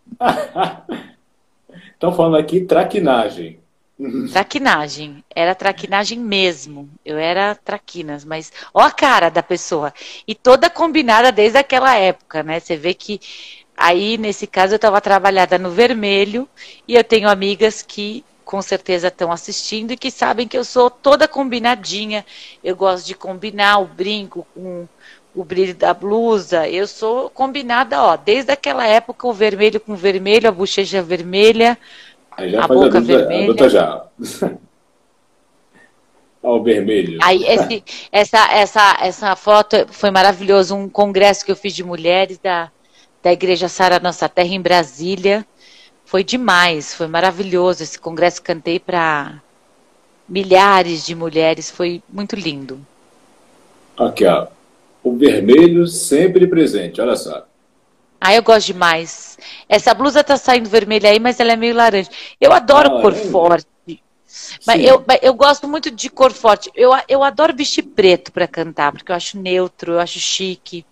Estão falando aqui traquinagem. Traquinagem. Era traquinagem mesmo. Eu era traquinas, mas ó a cara da pessoa. E toda combinada desde aquela época, né? Você vê que aí, nesse caso, eu estava trabalhada no vermelho e eu tenho amigas que com certeza estão assistindo e que sabem que eu sou toda combinadinha. Eu gosto de combinar o brinco com o brilho da blusa. Eu sou combinada, ó, desde aquela época, o vermelho com vermelho, a bochecha vermelha, Aí já a faz boca a dupla vermelha. já. Ao vermelho. Aí essa foto foi maravilhoso, um congresso que eu fiz de mulheres da Igreja Sara Nossa Terra em Brasília. Foi demais, foi maravilhoso esse congresso, cantei para milhares de mulheres, foi muito lindo. Aqui, ó. O vermelho sempre presente, olha só. Ah, eu gosto demais. Essa blusa tá saindo vermelha aí, mas ela é meio laranja. Eu adoro Ah, cor laranja. forte. Sim. Mas eu gosto muito de cor forte. Eu adoro vestir preto para cantar, porque eu acho neutro, eu acho chique.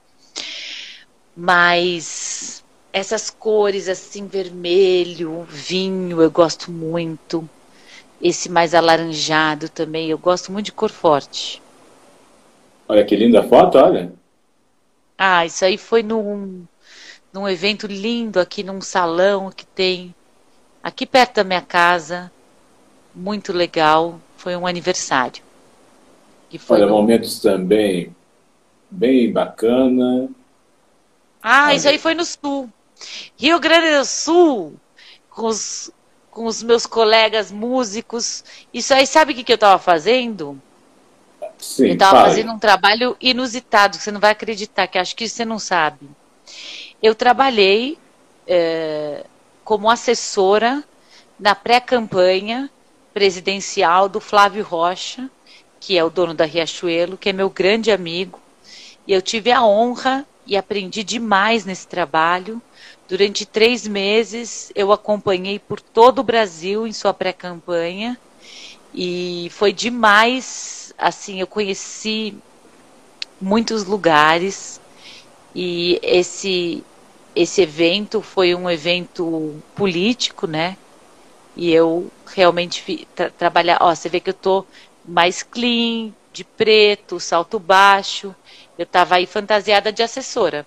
Mas essas cores assim, vermelho, vinho, eu gosto muito. Esse mais alaranjado também, eu gosto muito de cor forte. Olha que linda foto, olha. Ah, isso aí foi num evento lindo aqui num salão que tem aqui perto da minha casa, muito legal. Foi um aniversário. Que foi Olha, no. momentos também bem bacana. Ah, isso Olha aí aí. foi no sul. Rio Grande do Sul, com os meus colegas músicos. Isso aí, sabe o que eu estava fazendo? Eu Sim, estava fale. fazendo um trabalho inusitado, que você não vai acreditar, que acho que você não sabe. Eu trabalhei como assessora na pré-campanha presidencial do Flávio Rocha, que é o dono da Riachuelo, que é meu grande amigo. E eu tive a honra e aprendi demais nesse trabalho. Durante 3 meses, eu acompanhei por todo o Brasil em sua pré-campanha. E foi demais. Assim, eu conheci muitos lugares. E esse evento foi um evento político, né? E eu realmente trabalhar. Ó, você vê que eu tô mais clean, de preto, salto baixo. Eu tava aí fantasiada de assessora.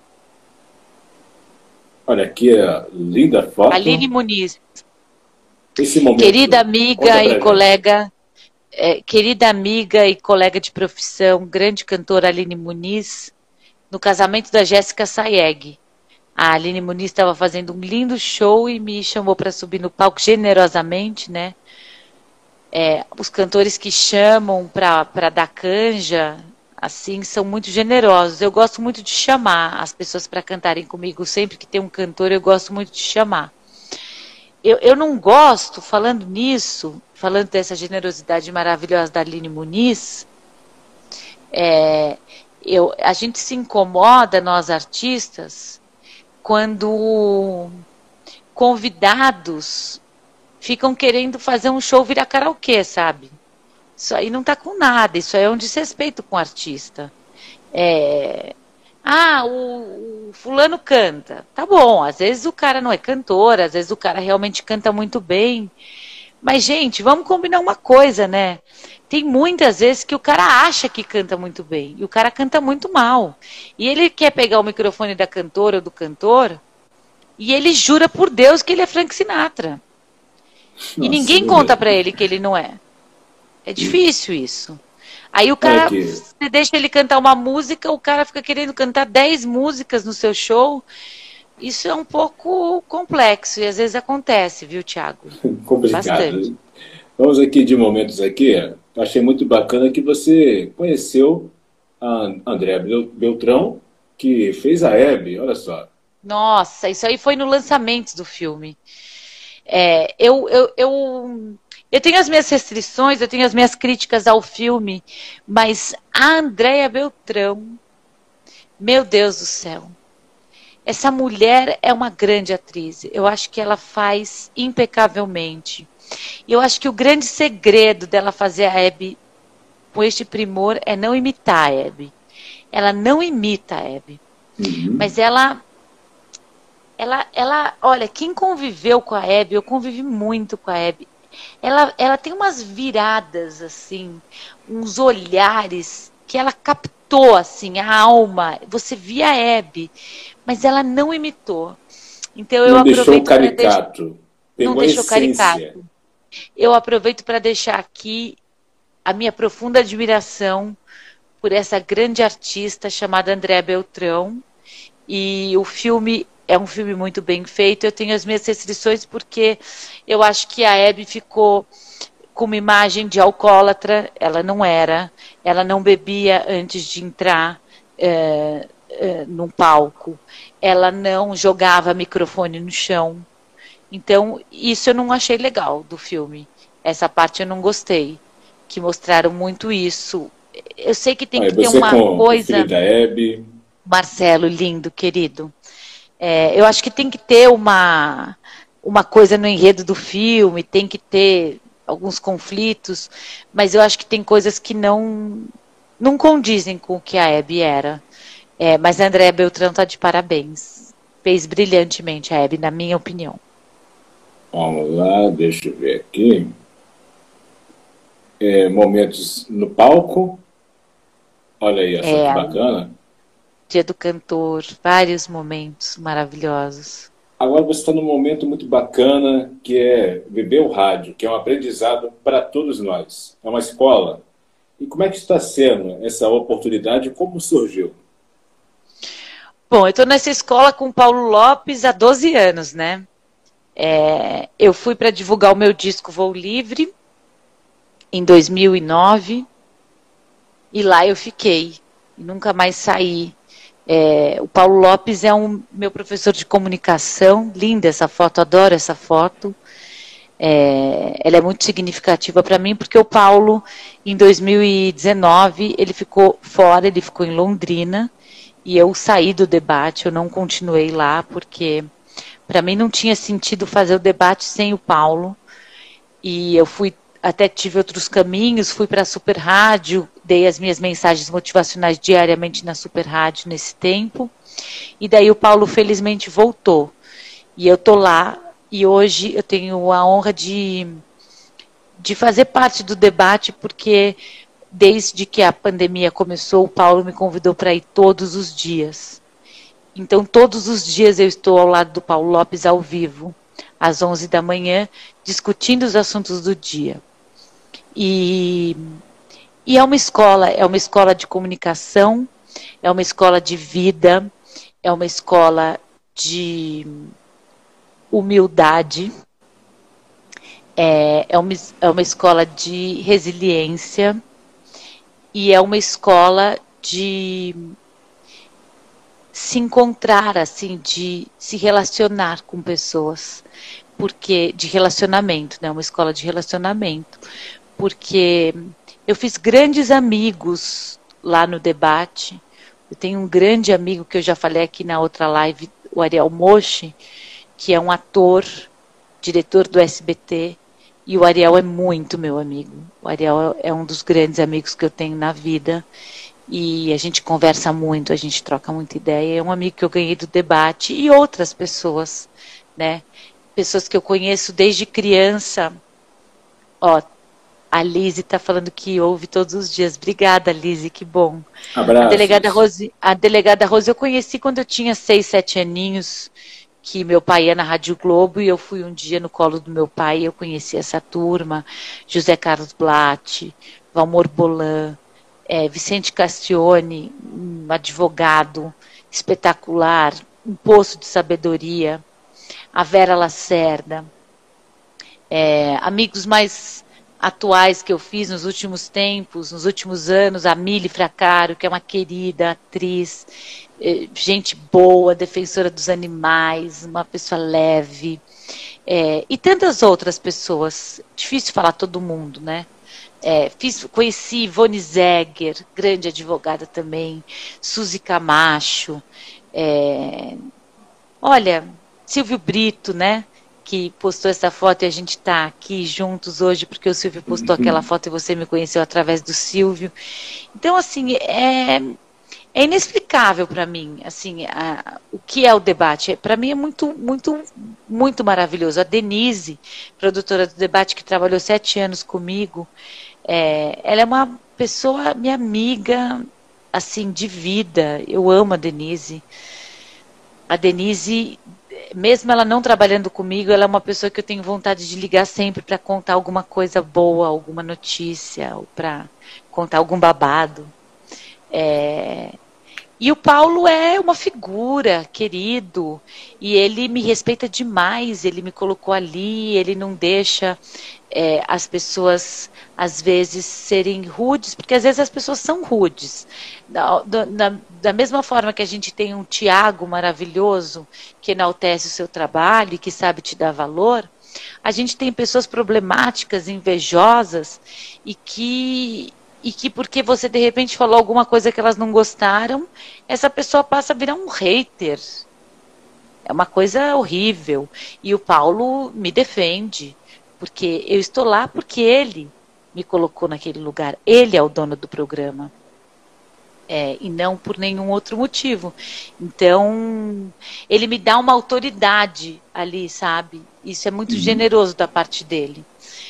Olha aqui a linda foto. Aline Muniz, Esse querida momento. Conta amiga e pra gente. colega, querida amiga e colega de profissão, grande cantora Aline Muniz, no casamento da Jéssica Sayeg. A Aline Muniz estava fazendo um lindo show e me chamou para subir no palco generosamente, né? Os cantores que chamam para dar canja, assim, são muito generosos. Eu gosto muito de chamar as pessoas para cantarem comigo. Sempre que tem um cantor, eu gosto muito de chamar. Eu não gosto, falando nisso, falando dessa generosidade maravilhosa da Aline Muniz, a gente se incomoda, nós artistas, quando convidados ficam querendo fazer um show virar karaokê, sabe? Isso aí não tá com nada, isso aí é um desrespeito com o artista. O fulano canta. Tá bom, às vezes o cara não é cantor, às vezes o cara realmente canta muito bem. Mas, gente, vamos combinar uma coisa, né? Tem muitas vezes que o cara acha que canta muito bem e o cara canta muito mal. E ele quer pegar o microfone da cantora ou do cantor e ele jura por Deus que ele é Frank Sinatra. E Nossa, ninguém meu conta pra Deus. ele que ele não é. É difícil isso. Aí o Olha cara, aqui. você deixa ele cantar uma música, o cara fica querendo cantar 10 músicas no seu show. Isso é um pouco complexo e às vezes acontece, viu, Thiago? Bastante. Complicado. Vamos aqui de momentos aqui. Achei muito bacana que você conheceu a Andréa Beltrão, que fez a Hebe, olha só. Nossa, isso aí foi no lançamento do filme. É, eu, eu, eu, Eu tenho as minhas restrições, eu tenho as minhas críticas ao filme, mas a Andréa Beltrão, meu Deus do céu, essa mulher é uma grande atriz. Eu acho que ela faz impecavelmente. Eu acho que o grande segredo dela fazer a Abby com este primor é não imitar a Abby. Ela não imita a Abby. Mas olha, quem conviveu com a Abby, eu convivi muito com a Abby. Ela tem umas viradas, assim, uns olhares que ela captou, assim, a alma. Você via a Abby, mas ela não imitou. Então eu aproveito. Deixou caricato. Não deixou caricato. Eu aproveito para deixar aqui a minha profunda admiração por essa grande artista chamada Andréa Beltrão. E o filme é um filme muito bem feito. Eu tenho as minhas restrições porque eu acho que a Abby ficou com uma imagem de alcoólatra. Ela não era. Ela não bebia antes de entrar num palco. Ela não jogava microfone no chão. Então, isso eu não achei legal do filme. Essa parte eu não gostei. Que mostraram muito isso. Eu sei que tem que ter uma coisa... O filho da Abby. Marcelo, lindo, querido. Eu acho que tem que ter uma coisa no enredo do filme, tem que ter alguns conflitos, mas eu acho que tem coisas que não condizem com o que a Abby era. Mas a Andréa Beltrão está de parabéns. Fez brilhantemente a Abby, na minha opinião. Vamos lá, deixa eu ver aqui. Momentos no palco. Olha aí, essa que bacana. Dia do Cantor, vários momentos maravilhosos. Agora você está num momento muito bacana, que é viver o rádio, que é um aprendizado para todos nós. É uma escola. E como é que está sendo essa oportunidade? Como surgiu? Bom, eu estou nessa escola com o Paulo Lopes há 12 anos, né? Eu fui para divulgar o meu disco Voo Livre em 2009 e lá eu fiquei. Nunca mais saí. O Paulo Lopes é meu professor de comunicação. Linda essa foto, adoro essa foto. Ela é muito significativa para mim, porque o Paulo, em 2019, ele ficou fora, ele ficou em Londrina, e eu saí do debate, eu não continuei lá, porque para mim não tinha sentido fazer o debate sem o Paulo, e eu até tive outros caminhos, fui para a Super Rádio, dei as minhas mensagens motivacionais diariamente na Super Rádio nesse tempo, e daí o Paulo felizmente voltou, e eu tô lá, e hoje eu tenho a honra de fazer parte do debate, porque desde que a pandemia começou, o Paulo me convidou para ir todos os dias. Então todos os dias eu estou ao lado do Paulo Lopes ao vivo, às 11 da manhã, discutindo os assuntos do dia. E é uma escola de comunicação, é uma escola de vida, é uma escola de humildade, é uma escola de resiliência e é uma escola de se encontrar, assim, de se relacionar com pessoas, de relacionamento, né? Uma escola de relacionamento, porque eu fiz grandes amigos lá no debate. Eu tenho um grande amigo que eu já falei aqui na outra live, o Ariel Mochi, que é um ator, diretor do SBT, e o Ariel é muito meu amigo. O Ariel é um dos grandes amigos que eu tenho na vida, e a gente conversa muito, a gente troca muita ideia. É um amigo que eu ganhei do debate, e outras pessoas, né? Pessoas que eu conheço desde criança. A Lise está falando que ouve todos os dias. Obrigada, Lise, que bom. Abraços. A delegada Rose eu conheci quando eu tinha 6, 7 aninhos, que meu pai ia na Rádio Globo e eu fui um dia no colo do meu pai e eu conheci essa turma. José Carlos Blatt, Valmor Bolan, Vicente Castione, um advogado espetacular, um poço de sabedoria, a Vera Lacerda, amigos mais atuais que eu fiz nos últimos tempos, nos últimos anos, a Mili Fracaro, que é uma querida atriz, gente boa, defensora dos animais, uma pessoa leve. E tantas outras pessoas, difícil falar todo mundo, né? Conheci Ivone Zegger, grande advogada também, Suzy Camacho, olha, Silvio Brito, né? Que postou essa foto e a gente está aqui juntos hoje porque o Silvio postou aquela foto e você me conheceu através do Silvio. Então, assim, é inexplicável para mim, assim, o que é o debate. Para mim é muito, muito, muito maravilhoso. A Denise, produtora do debate, que trabalhou 7 anos comigo, ela é uma pessoa, minha amiga, assim, de vida. Eu amo a Denise. A Denise, mesmo ela não trabalhando comigo, ela é uma pessoa que eu tenho vontade de ligar sempre para contar alguma coisa boa, alguma notícia, ou para contar algum babado. E o Paulo é uma figura, querido, e ele me respeita demais, ele me colocou ali, ele não deixa as pessoas, às vezes, serem rudes, porque às vezes as pessoas são rudes. Da mesma forma que a gente tem um Tiago maravilhoso, que enaltece o seu trabalho e que sabe te dar valor, a gente tem pessoas problemáticas, invejosas, e que porque você de repente falou alguma coisa que elas não gostaram, essa pessoa passa a virar um hater. É uma coisa horrível. E o Paulo me defende, porque eu estou lá porque ele me colocou naquele lugar. Ele é o dono do programa. E não por nenhum outro motivo. Então, ele me dá uma autoridade ali, sabe? Isso é muito generoso da parte dele.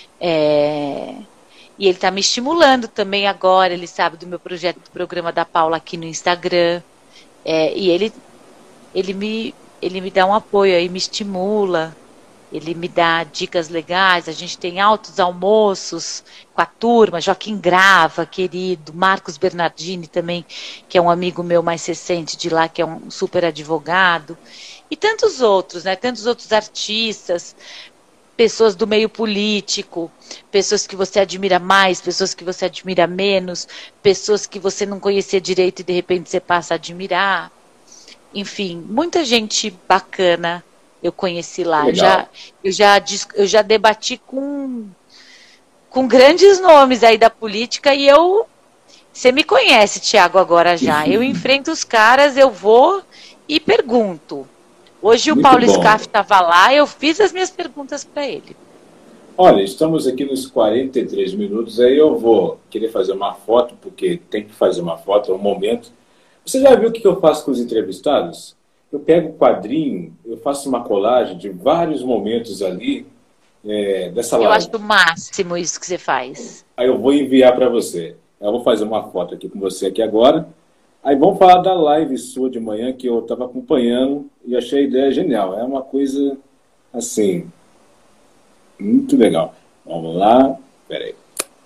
E ele está me estimulando também agora, ele sabe do meu projeto do programa da Paula aqui no Instagram. E ele me dá um apoio aí, me estimula, ele me dá dicas legais, a gente tem altos almoços com a turma, Joaquim Grava, querido, Marcos Bernardini também, que é um amigo meu mais recente de lá, que é um super advogado, e tantos outros, né? Tantos outros artistas, pessoas do meio político, pessoas que você admira mais, pessoas que você admira menos, pessoas que você não conhecia direito e de repente você passa a admirar. Enfim, muita gente bacana eu conheci lá. Eu já debati com grandes nomes aí da política e você me conhece, Tiago, agora já. Eu enfrento os caras, eu vou e pergunto. Hoje o Paulo Scaff estava lá, eu fiz as minhas perguntas para ele. Olha, estamos aqui nos 43 minutos, aí eu vou querer fazer uma foto, porque tem que fazer uma foto, é um momento. Você já viu o que eu faço com os entrevistados? Eu pego o quadrinho, eu faço uma colagem de vários momentos ali dessa live. Eu acho o máximo isso que você faz. Aí eu vou enviar para você. Eu vou fazer uma foto aqui com você aqui agora. Aí vamos falar da live sua de manhã, que eu estava acompanhando e achei a ideia genial. É uma coisa, assim, muito legal. Vamos lá. Peraí.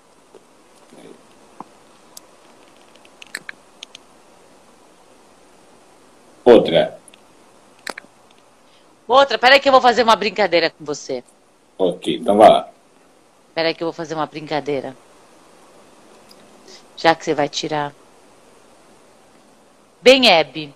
Outra, peraí que eu vou fazer uma brincadeira com você. Ok, então vai lá. Peraí que eu vou fazer uma brincadeira. Já que você vai tirar. Bem, Hebe.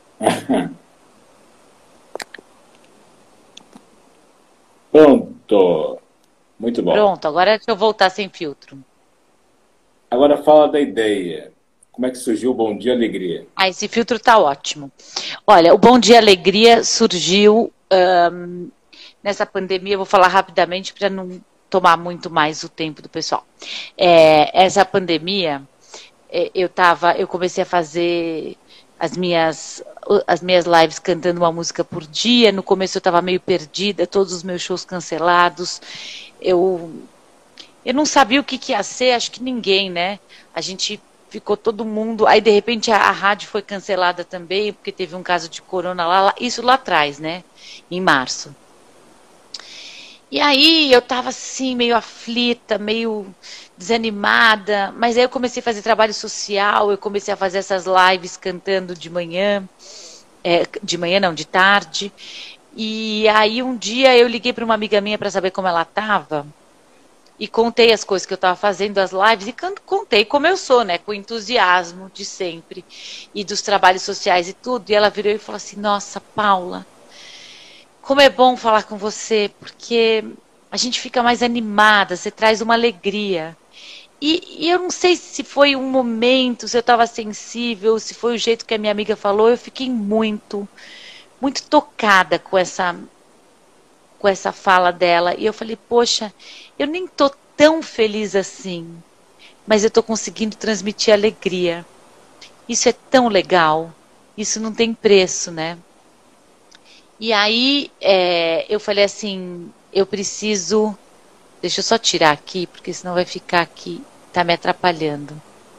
Pronto. Muito bom. Pronto, agora deixa eu voltar sem filtro. Agora fala da ideia. Como é que surgiu o Bom Dia Alegria? Esse filtro tá ótimo. Olha, o Bom Dia Alegria surgiu nessa pandemia. Eu vou falar rapidamente para não tomar muito mais o tempo do pessoal. Essa pandemia, eu comecei a fazer as minhas lives cantando uma música por dia. No começo eu estava meio perdida, todos os meus shows cancelados. Eu não sabia o que ia ser, acho que ninguém, né? A gente ficou todo mundo... Aí, de repente, a rádio foi cancelada também, porque teve um caso de corona lá, isso lá atrás, né? Em março. E aí eu estava assim, meio aflita, meio desanimada, mas aí eu comecei a fazer trabalho social, eu comecei a fazer essas lives cantando de manhã, de tarde, e aí um dia eu liguei para uma amiga minha para saber como ela estava, e contei as coisas que eu estava fazendo, as lives, e contei como eu sou, né, com entusiasmo de sempre, e dos trabalhos sociais e tudo, e ela virou e falou assim, nossa, Paula, Como é bom falar com você, porque a gente fica mais animada, você traz uma alegria. E eu não sei se foi um momento, se eu estava sensível, se foi o jeito que a minha amiga falou, eu fiquei muito, muito tocada com essa fala dela. E eu falei, poxa, eu nem tô tão feliz assim, mas eu tô conseguindo transmitir alegria. Isso é tão legal. Isso não tem preço, né? E aí eu falei assim, eu preciso... Deixa eu só tirar aqui, porque senão vai ficar aqui, tá me atrapalhando.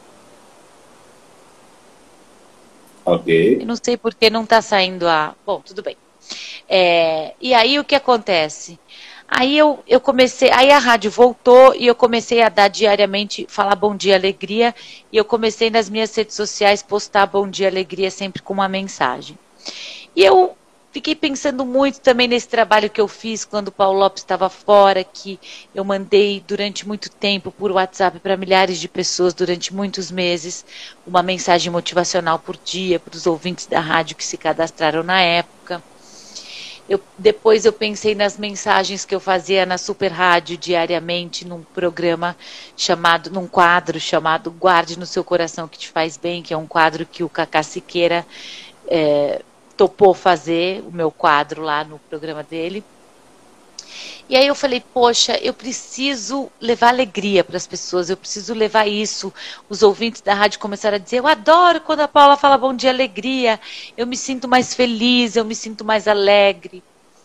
Ok. Eu não sei porque não tá saindo a... Bom, tudo bem. E aí o que acontece? Aí eu comecei, aí a rádio voltou e eu comecei a dar diariamente, falar bom dia, alegria, e eu comecei nas minhas redes sociais postar bom dia, alegria, sempre com uma mensagem. E eu fiquei pensando muito também nesse trabalho que eu fiz quando o Paulo Lopes estava fora, que eu mandei durante muito tempo por WhatsApp para milhares de pessoas durante muitos meses, uma mensagem motivacional por dia para os ouvintes da rádio que se cadastraram na época. Depois eu pensei nas mensagens que eu fazia na Super Rádio diariamente, num programa chamado, num quadro chamado Guarde no Seu Coração que Te Faz Bem, que é um quadro que o Cacá Siqueira topou fazer, o meu quadro lá no programa dele. E aí eu falei, poxa, eu preciso levar alegria para as pessoas, eu preciso levar isso. Os ouvintes da rádio começaram a dizer, eu adoro quando a Paula fala bom dia, alegria, eu me sinto mais feliz, eu me sinto mais alegre.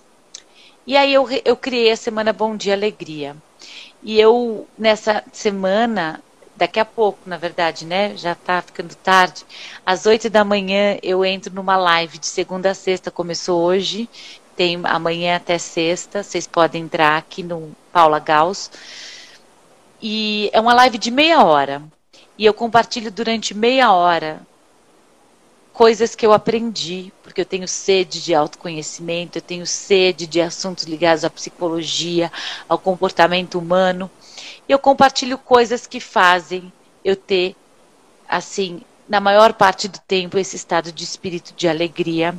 E aí eu criei a Semana Bom Dia Alegria. E eu, nessa semana, daqui a pouco, na verdade, né, já tá ficando tarde, às 8 da manhã eu entro numa live de segunda a sexta, começou hoje, tem amanhã até sexta, vocês podem entrar aqui no Paula Gauss. E é uma live de meia hora. E eu compartilho durante meia hora coisas que eu aprendi, porque eu tenho sede de autoconhecimento, eu tenho sede de assuntos ligados à psicologia, ao comportamento humano. E eu compartilho coisas que fazem eu ter, assim, na maior parte do tempo, esse estado de espírito de alegria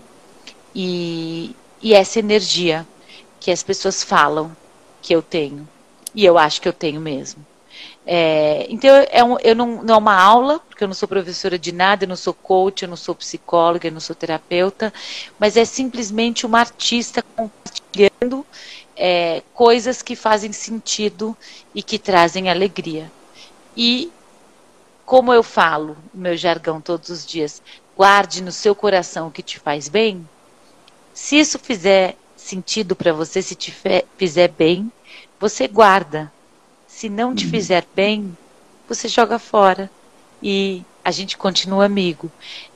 e essa energia que as pessoas falam que eu tenho. E eu acho que eu tenho mesmo. Então, eu não é uma aula, porque eu não sou professora de nada, eu não sou coach, eu não sou psicóloga, eu não sou terapeuta, mas é simplesmente uma artista compartilhando coisas que fazem sentido e que trazem alegria. E, como eu falo, o meu jargão todos os dias, guarde no seu coração o que te faz bem. Se isso fizer sentido para você, se te fizer bem, você guarda. Se não te fizer bem, você joga fora. E a gente continua amigo.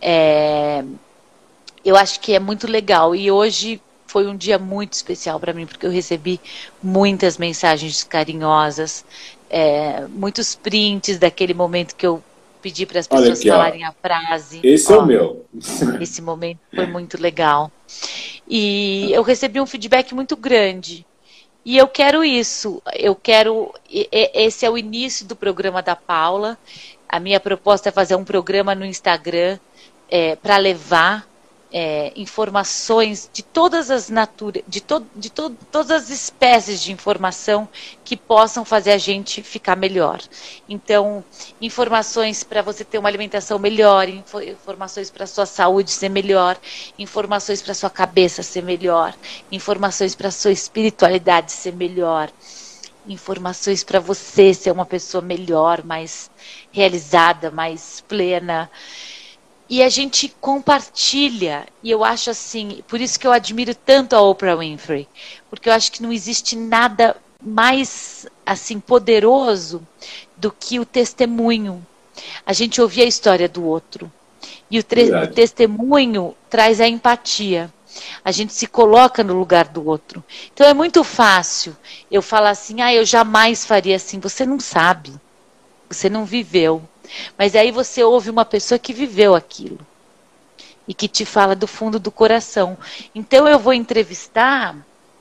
Eu acho que é muito legal. E hoje foi um dia muito especial para mim, porque eu recebi muitas mensagens carinhosas, muitos prints daquele momento que eu pedi para as pessoas aqui, falarem a frase. Esse é o meu. Esse momento foi muito legal. E eu recebi um feedback muito grande. E eu quero isso. Esse é o início do programa da Paula. A minha proposta é fazer um programa no Instagram para levar informações de todas as todas as espécies de informação que possam fazer a gente ficar melhor. Então, informações para você ter uma alimentação melhor, informações para a sua saúde ser melhor, informações para a sua cabeça ser melhor, informações para a sua espiritualidade ser melhor, informações para você ser uma pessoa melhor, mais realizada, mais plena. E a gente compartilha, e eu acho assim, por isso que eu admiro tanto a Oprah Winfrey, porque eu acho que não existe nada mais assim poderoso do que o testemunho. A gente ouvir a história do outro. E o testemunho traz a empatia. A gente se coloca no lugar do outro. Então é muito fácil eu falar assim, eu jamais faria assim. Você não sabe, você não viveu. Mas aí você ouve uma pessoa que viveu aquilo e que te fala do fundo do coração. Então eu vou entrevistar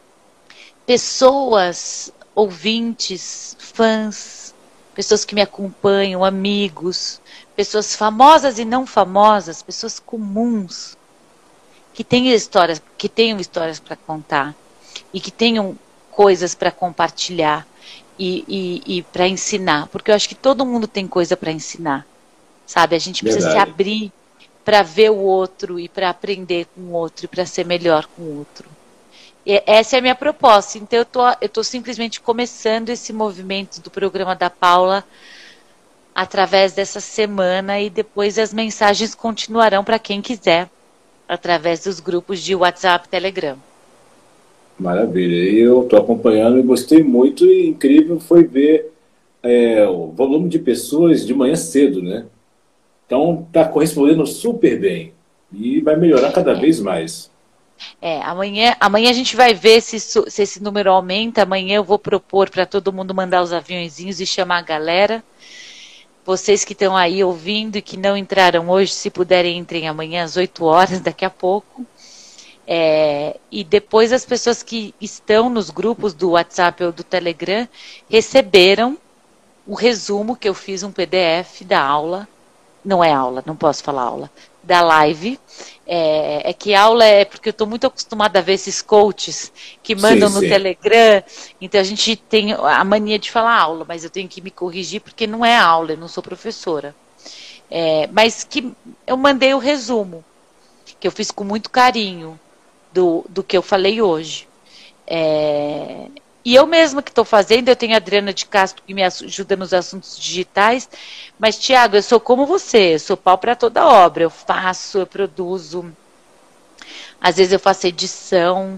pessoas, ouvintes, fãs, pessoas que me acompanham, amigos, pessoas famosas e não famosas, pessoas comuns, que tenham histórias para contar e que tenham coisas para compartilhar e para ensinar, porque eu acho que todo mundo tem coisa para ensinar, sabe? A gente precisa se abrir para ver o outro e para aprender com o outro e para ser melhor com o outro. E essa é a minha proposta. Então eu tô simplesmente começando esse movimento do programa da Paula através dessa semana, e depois as mensagens continuarão para quem quiser, através dos grupos de WhatsApp e Telegram. Maravilha. Eu estou acompanhando e gostei muito, e incrível foi ver o volume de pessoas de manhã cedo, né? Então está correspondendo super bem e vai melhorar cada vez mais. Amanhã a gente vai ver se esse número aumenta. Amanhã eu vou propor para todo mundo mandar os aviãozinhos e chamar a galera. Vocês que estão aí ouvindo e que não entraram hoje, se puderem, entrem amanhã às 8 horas, daqui a pouco. E depois as pessoas que estão nos grupos do WhatsApp ou do Telegram receberam o resumo que eu fiz, um PDF da aula. Não é aula, não posso falar aula. Da live. Que aula é porque eu estou muito acostumada a ver esses coaches que mandam no Telegram, então a gente tem a mania de falar aula, mas eu tenho que me corrigir porque não é aula, eu não sou professora. Mas que eu mandei o resumo, que eu fiz com muito carinho do que eu falei hoje. E eu mesma que estou fazendo, eu tenho a Adriana de Castro que me ajuda nos assuntos digitais, mas, Tiago, eu sou como você, eu sou pau para toda obra, eu faço, eu produzo, às vezes eu faço edição.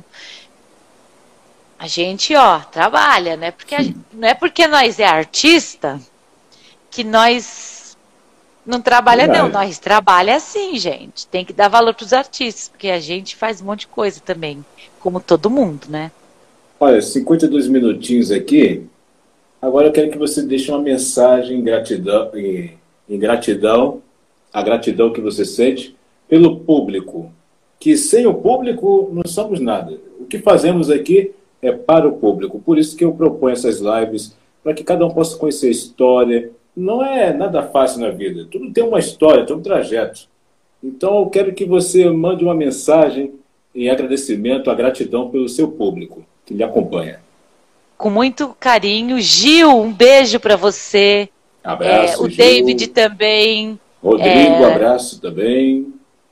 A gente, trabalha, né? Não é porque nós é artista que nós não trabalha, não. Nós trabalha sim, gente. Tem que dar valor para os artistas, porque a gente faz um monte de coisa também, como todo mundo, né? Olha, 52 minutinhos aqui. Agora eu quero que você deixe uma mensagem em gratidão, a gratidão que você sente pelo público. Que sem o público não somos nada. O que fazemos aqui é para o público. Por isso que eu proponho essas lives, para que cada um possa conhecer a história. Não é nada fácil na vida. Tudo tem uma história, tem um trajeto. Então eu quero que você mande uma mensagem em agradecimento, a gratidão pelo seu público que lhe acompanha. Com muito carinho. Gil, um beijo para você. Abraço, o Gil. David também. Rodrigo, abraço também.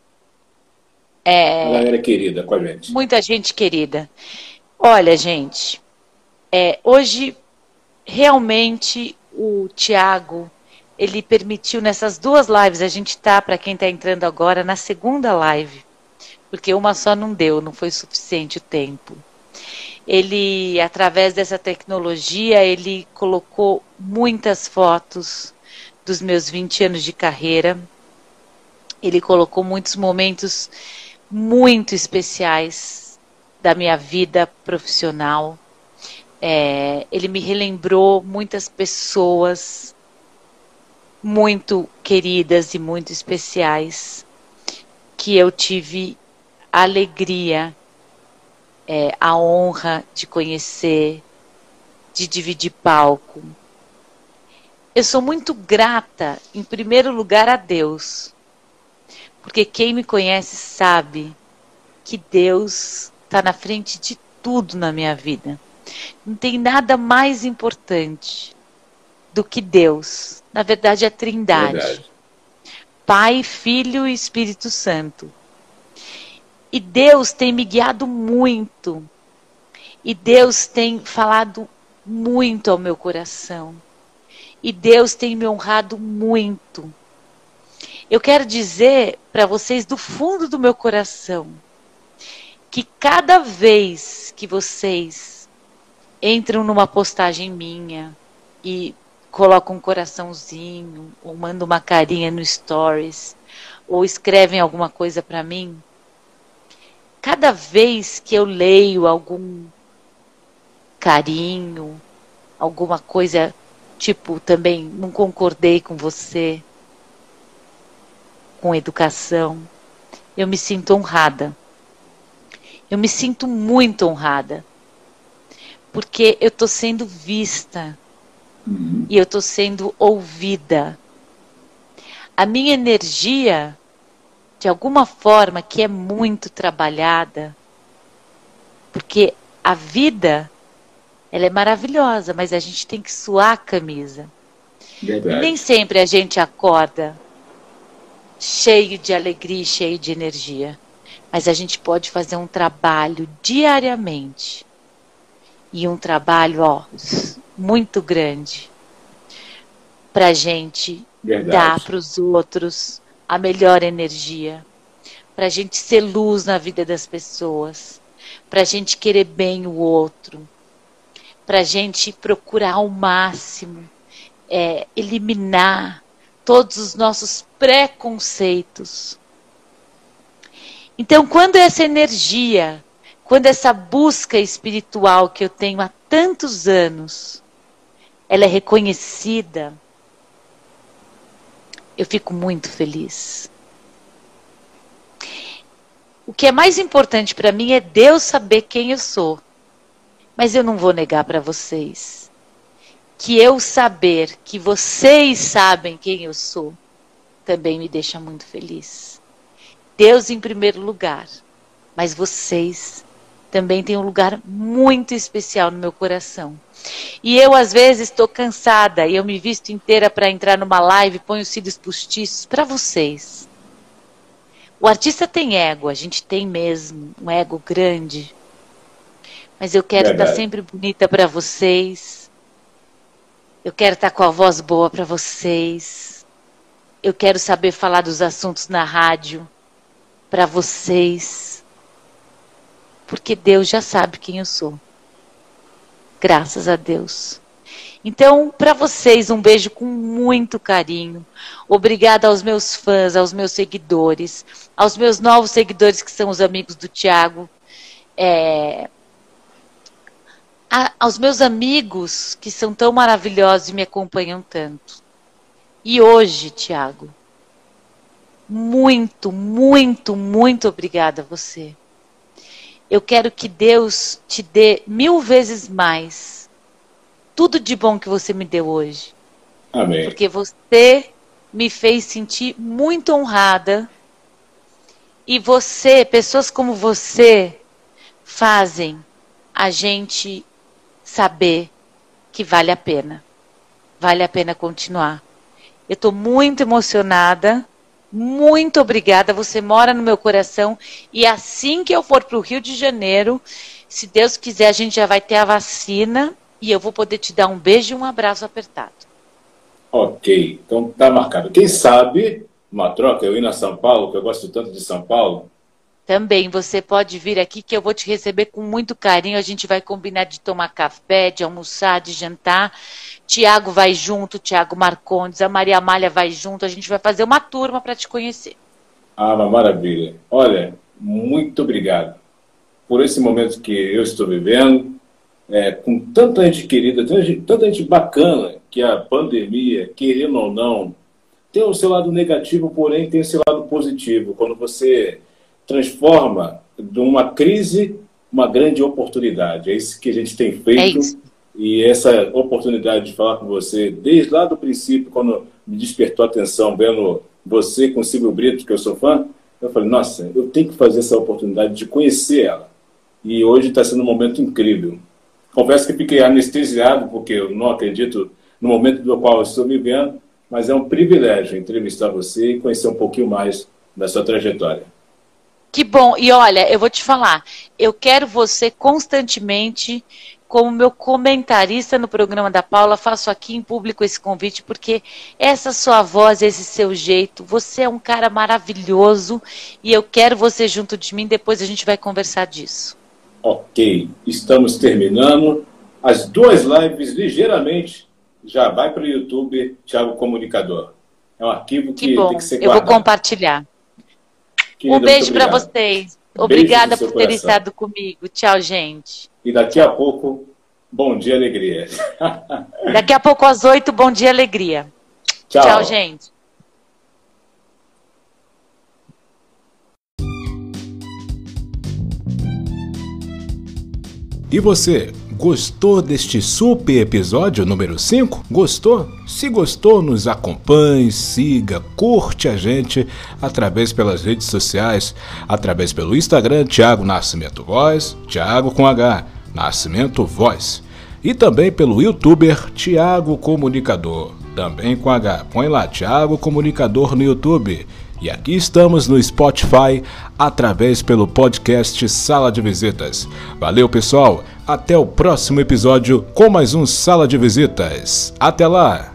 A galera querida com a gente. Muita gente querida. Olha, gente, hoje realmente o Tiago, ele permitiu nessas duas lives, a gente está, para quem está entrando agora, na segunda live, porque uma só não deu, não foi suficiente o tempo. Ele, através dessa tecnologia, ele colocou muitas fotos dos meus 20 anos de carreira. Ele colocou muitos momentos muito especiais da minha vida profissional. Ele me relembrou muitas pessoas muito queridas e muito especiais que eu tive a alegria, a honra de conhecer, de dividir palco. Eu sou muito grata, em primeiro lugar, a Deus, porque quem me conhece sabe que Deus está na frente de tudo na minha vida. Não tem nada mais importante do que Deus. Na verdade, é a Trindade. Verdade. Pai, Filho e Espírito Santo. E Deus tem me guiado muito. E Deus tem falado muito ao meu coração. E Deus tem me honrado muito. Eu quero dizer para vocês do fundo do meu coração que cada vez que vocês entram numa postagem minha e colocam um coraçãozinho, ou mandam uma carinha no Stories, ou escrevem alguma coisa para mim, cada vez que eu leio algum carinho, alguma coisa, tipo, também não concordei com você, com educação, eu me sinto honrada. Eu me sinto muito honrada. Porque eu estou sendo vista. E eu estou sendo ouvida. A minha energia de alguma forma, que é muito trabalhada, porque a vida, ela é maravilhosa, mas a gente tem que suar a camisa. Verdade. E nem sempre a gente acorda cheio de alegria e cheio de energia. Mas a gente pode fazer um trabalho diariamente. E um trabalho, muito grande. Para a gente dar para os outros a melhor energia. Para a gente ser luz na vida das pessoas. Para a gente querer bem o outro. Para a gente procurar ao máximo eliminar todos os nossos preconceitos. Então, quando essa energia, quando essa busca espiritual que eu tenho há tantos anos, ela é reconhecida, eu fico muito feliz. O que é mais importante para mim é Deus saber quem eu sou. Mas eu não vou negar para vocês que eu saber que vocês sabem quem eu sou também me deixa muito feliz. Deus em primeiro lugar, mas vocês também têm um lugar muito especial no meu coração. E eu às vezes estou cansada e eu me visto inteira para entrar numa live, ponho os cílios postiços para vocês. O artista tem ego, a gente tem mesmo um ego grande. Mas eu quero estar sempre bonita para vocês. Eu quero estar com a voz boa para vocês. Eu quero saber falar dos assuntos na rádio para vocês. Porque Deus já sabe quem eu sou. Graças a Deus. Então, para vocês, um beijo com muito carinho. Obrigada aos meus fãs, aos meus seguidores, aos meus novos seguidores que são os amigos do Thiago. Aos meus amigos que são tão maravilhosos e me acompanham tanto. E hoje, Thiago, muito, muito, muito obrigada a você. Eu quero que Deus te dê 1000 vezes mais tudo de bom que você me deu hoje. Amém. Porque você me fez sentir muito honrada. E você, pessoas como você, fazem a gente saber que vale a pena. Vale a pena continuar. Eu estou muito emocionada. Muito obrigada. Você mora no meu coração. E assim que eu for para o Rio de Janeiro, se Deus quiser, a gente já vai ter a vacina. E eu vou poder te dar um beijo e um abraço apertado. Ok. Então tá marcado. Quem sabe, uma troca, eu ir na São Paulo, que eu gosto tanto de São Paulo. Também você pode vir aqui que eu vou te receber com muito carinho. A gente vai combinar de tomar café, de almoçar, de jantar. Tiago vai junto, Tiago Marcondes, a Maria Amália vai junto. A gente vai fazer uma turma para te conhecer. Ah, uma maravilha. Olha, muito obrigado por esse momento que eu estou vivendo, com tanta gente querida, tanta gente bacana, que a pandemia, querendo ou não, tem o seu lado negativo, porém tem o seu lado positivo. Quando você transforma de uma crise uma grande oportunidade. É isso que a gente tem feito. É isso. E essa oportunidade de falar com você, desde lá do princípio, quando me despertou a atenção, vendo você com o Silvio Brito, que eu sou fã, eu falei, nossa, eu tenho que fazer essa oportunidade de conhecer ela. E hoje está sendo um momento incrível. Confesso que fiquei anestesiado, porque eu não acredito no momento do qual eu estou vivendo, mas é um privilégio entrevistar você e conhecer um pouquinho mais da sua trajetória. Que bom. E olha, eu vou te falar, eu quero você constantemente como meu comentarista no programa da Paula. Faço aqui em público esse convite, porque essa sua voz, esse seu jeito, você é um cara maravilhoso e eu quero você junto de mim. Depois a gente vai conversar disso. Ok, estamos terminando. As 2 lives, ligeiramente, já vai para o YouTube, Thiago Comunicador. É um arquivo que tem que ser guardado. Eu vou compartilhar. Querida, um beijo para vocês. Obrigada por ter estado comigo. Tchau, gente. E daqui a pouco, bom dia, alegria. Daqui a pouco às 8, bom dia, alegria. Tchau. Tchau, gente. E você, Gostou deste super episódio número 5? Gostou? Se gostou, nos acompanhe, siga, curte a gente através pelas redes sociais, através pelo Instagram, Thiago Nascimento Voz, Thiago com H, Nascimento Voz. E também pelo YouTuber Thiago Comunicador, também com H. Põe lá, Thiago Comunicador no YouTube. E aqui estamos no Spotify, através pelo podcast Sala de Visitas. Valeu, pessoal. Até o próximo episódio com mais um Sala de Visitas. Até lá!